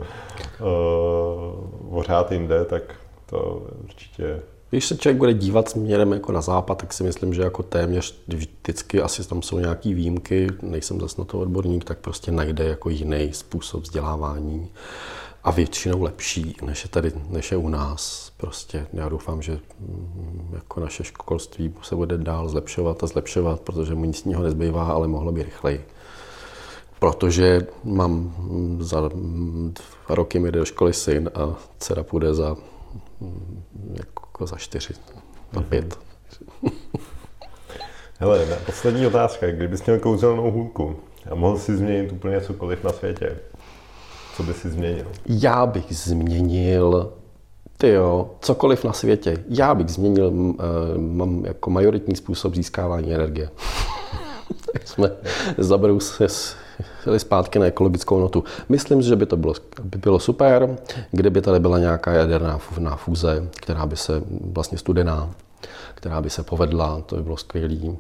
pořád jinde, tak to určitě. Když se člověk bude dívat směrem jako na západ, tak si myslím, že jako téměř vždycky, asi tam jsou nějaký výjimky, nejsem zase na to odborník, tak prostě najde jako jiný způsob vzdělávání. A většinou lepší, než je u nás. Prostě já doufám, že jako naše školství se bude dál zlepšovat, protože mu nic jiného nezbývá, ale mohlo by rychleji. Protože mám za 2 roky mi jde do školy syn a dcera půjde za 4, za 5. Hele, poslední otázka. Kdybys měl kouzelnou hůlku a mohl si změnit úplně cokoliv na světě, co by si změnil? Já bych změnil, cokoliv na světě. Já bych změnil, mám jako majoritní způsob získávání energie. Tak jsme zabrousili zpátky na ekologickou notu. Myslím, že by to bylo super, kdyby tady byla nějaká jaderná fúze, která by se vlastně studená, která by se povedla, to by bylo skvělý.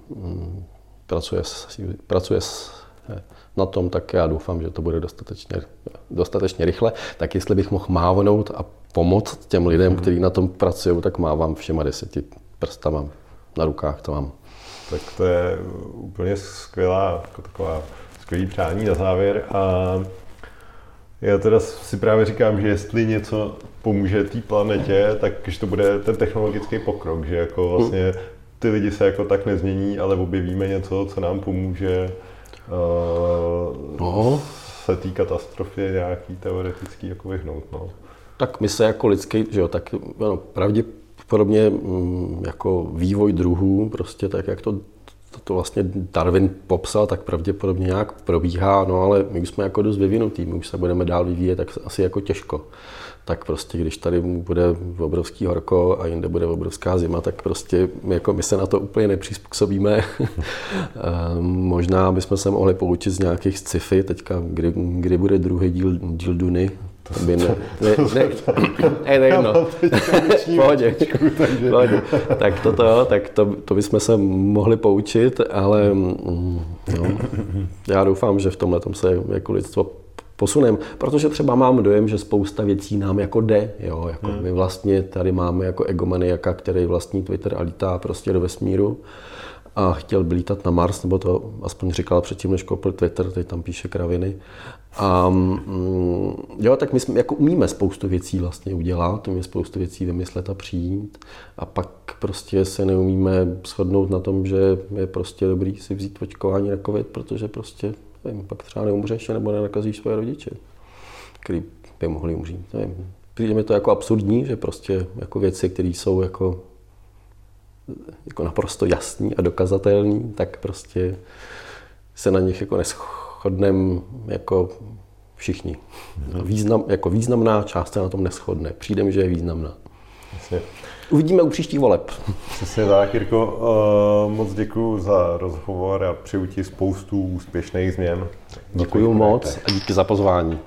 Pracuje na tom, tak já doufám, že to bude dostatečně rychle. Tak jestli bych mohl mávnout a pomoct těm lidem, kteří na tom pracují, tak mávám všema 10 prstama na rukách, to mám. Tak to je úplně skvělý přání na závěr. A já teda si právě říkám, že jestli něco pomůže té planetě, tak že to bude ten technologický pokrok, že jako vlastně ty lidi se jako tak nezmění, ale objevíme něco, co nám pomůže se té katastrofě nějaký teoretický jako vyhnout. No. Tak my se jako lidský, že jo, tak pravděpodobně jako vývoj druhů, prostě tak, jak to vlastně Darwin popsal, tak pravděpodobně nějak probíhá, no ale my už jsme jako dost vyvinutý, my už se budeme dál vyvíjet, tak asi jako těžko. Tak prostě, když tady bude obrovský horko a jinde bude obrovská zima, tak prostě my se na to úplně nepřizpůsobíme. Možná bychom se mohli poučit z nějakých sci-fi, teďka, kdy bude druhý díl Duny. Pohodě. Tak to bychom se mohli poučit, ale já doufám, že v tomhletom se jako lidstvo posunem, protože třeba mám dojem, že spousta věcí nám jako jde, jo, jako my vlastně tady máme jako egomaniaka, který vlastní Twitter a lítá prostě do vesmíru a chtěl by lítat na Mars, nebo to aspoň říkal předtím, než koupil Twitter, teď tam píše kraviny. A tak my jsme, jako umíme spoustu věcí vlastně udělat, umíme spoustu věcí vymyslet a přijít a pak prostě se neumíme shodnout na tom, že je prostě dobrý si vzít očkování na covid, protože prostě pak třeba neumřeš nebo nenakazíš svoje rodiče, který by mohli umřít. Přijde mi to jako absurdní, že prostě jako věci, které jsou jako jako naprosto jasný a dokazatelný, tak prostě se na nich jako neshodneme jako všichni. Jako významná část se na tom neshodne. Přijde mi, že je významná. Jasně. Uvidíme u příštích voleb. Přesně tak, Jirko. Moc děkuji za rozhovor a přeju ti spoustu úspěšných změn. Děkuji moc a díky za pozvání.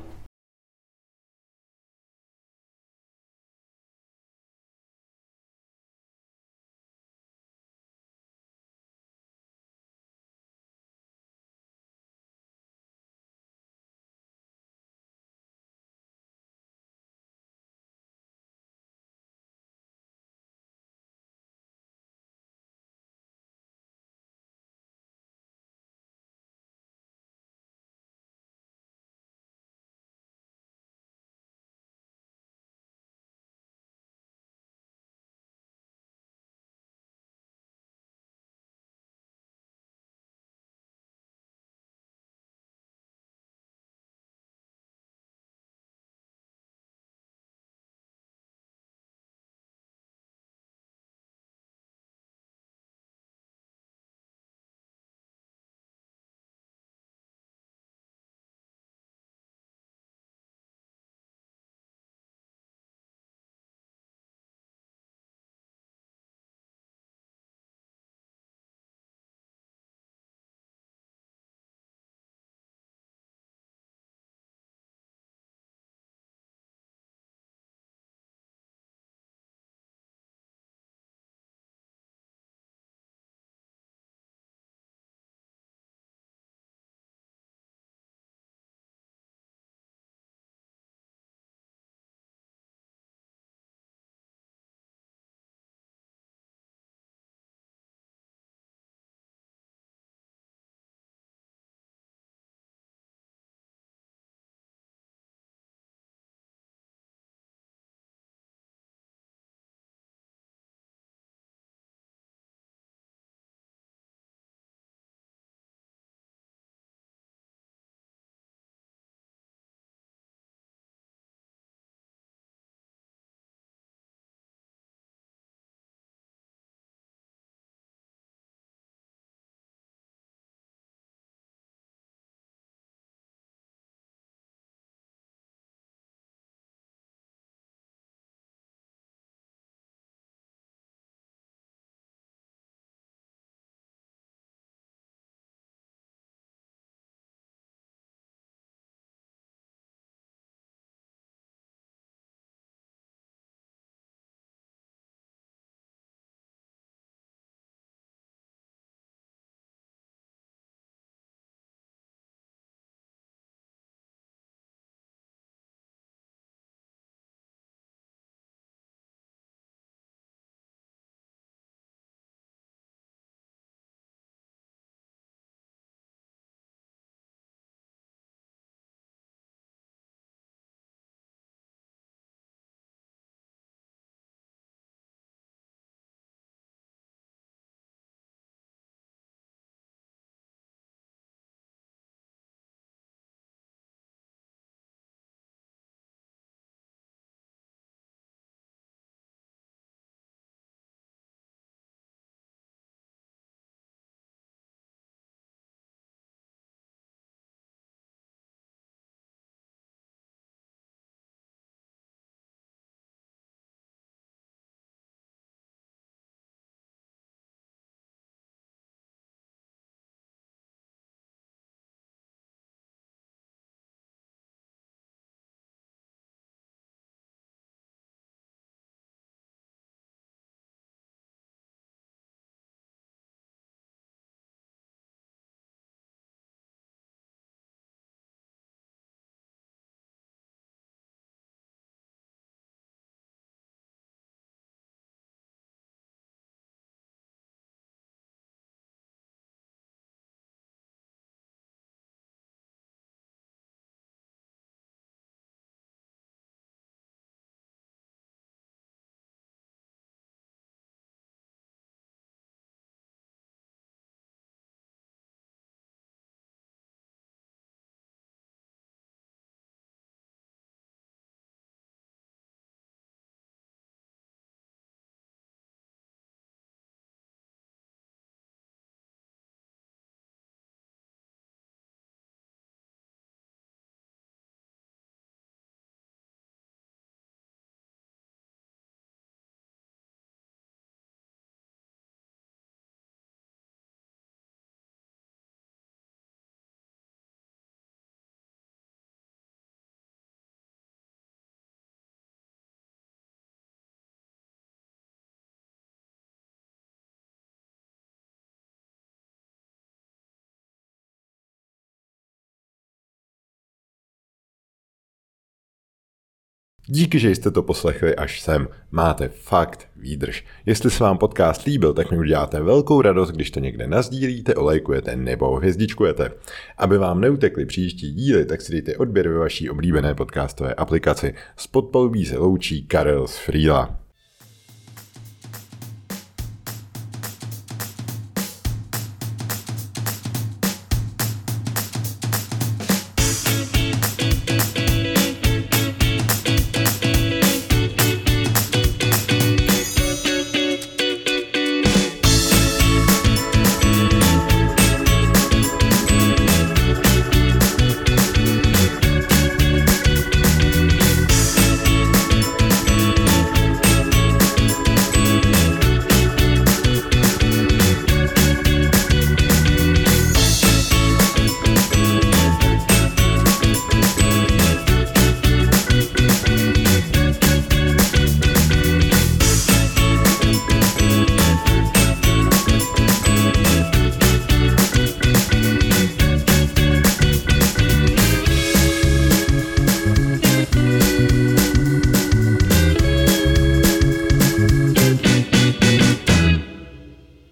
Díky, že jste to poslechli až sem. Máte fakt výdrž. Jestli se vám podcast líbil, tak mi uděláte velkou radost, když to někde nazdílíte, olejkujete nebo hvězdičkujete. Aby vám neutekly příští díly, tak si dejte odběr ve vaší oblíbené podcastové aplikaci. Z podpalubí se loučí Karel z Frýla.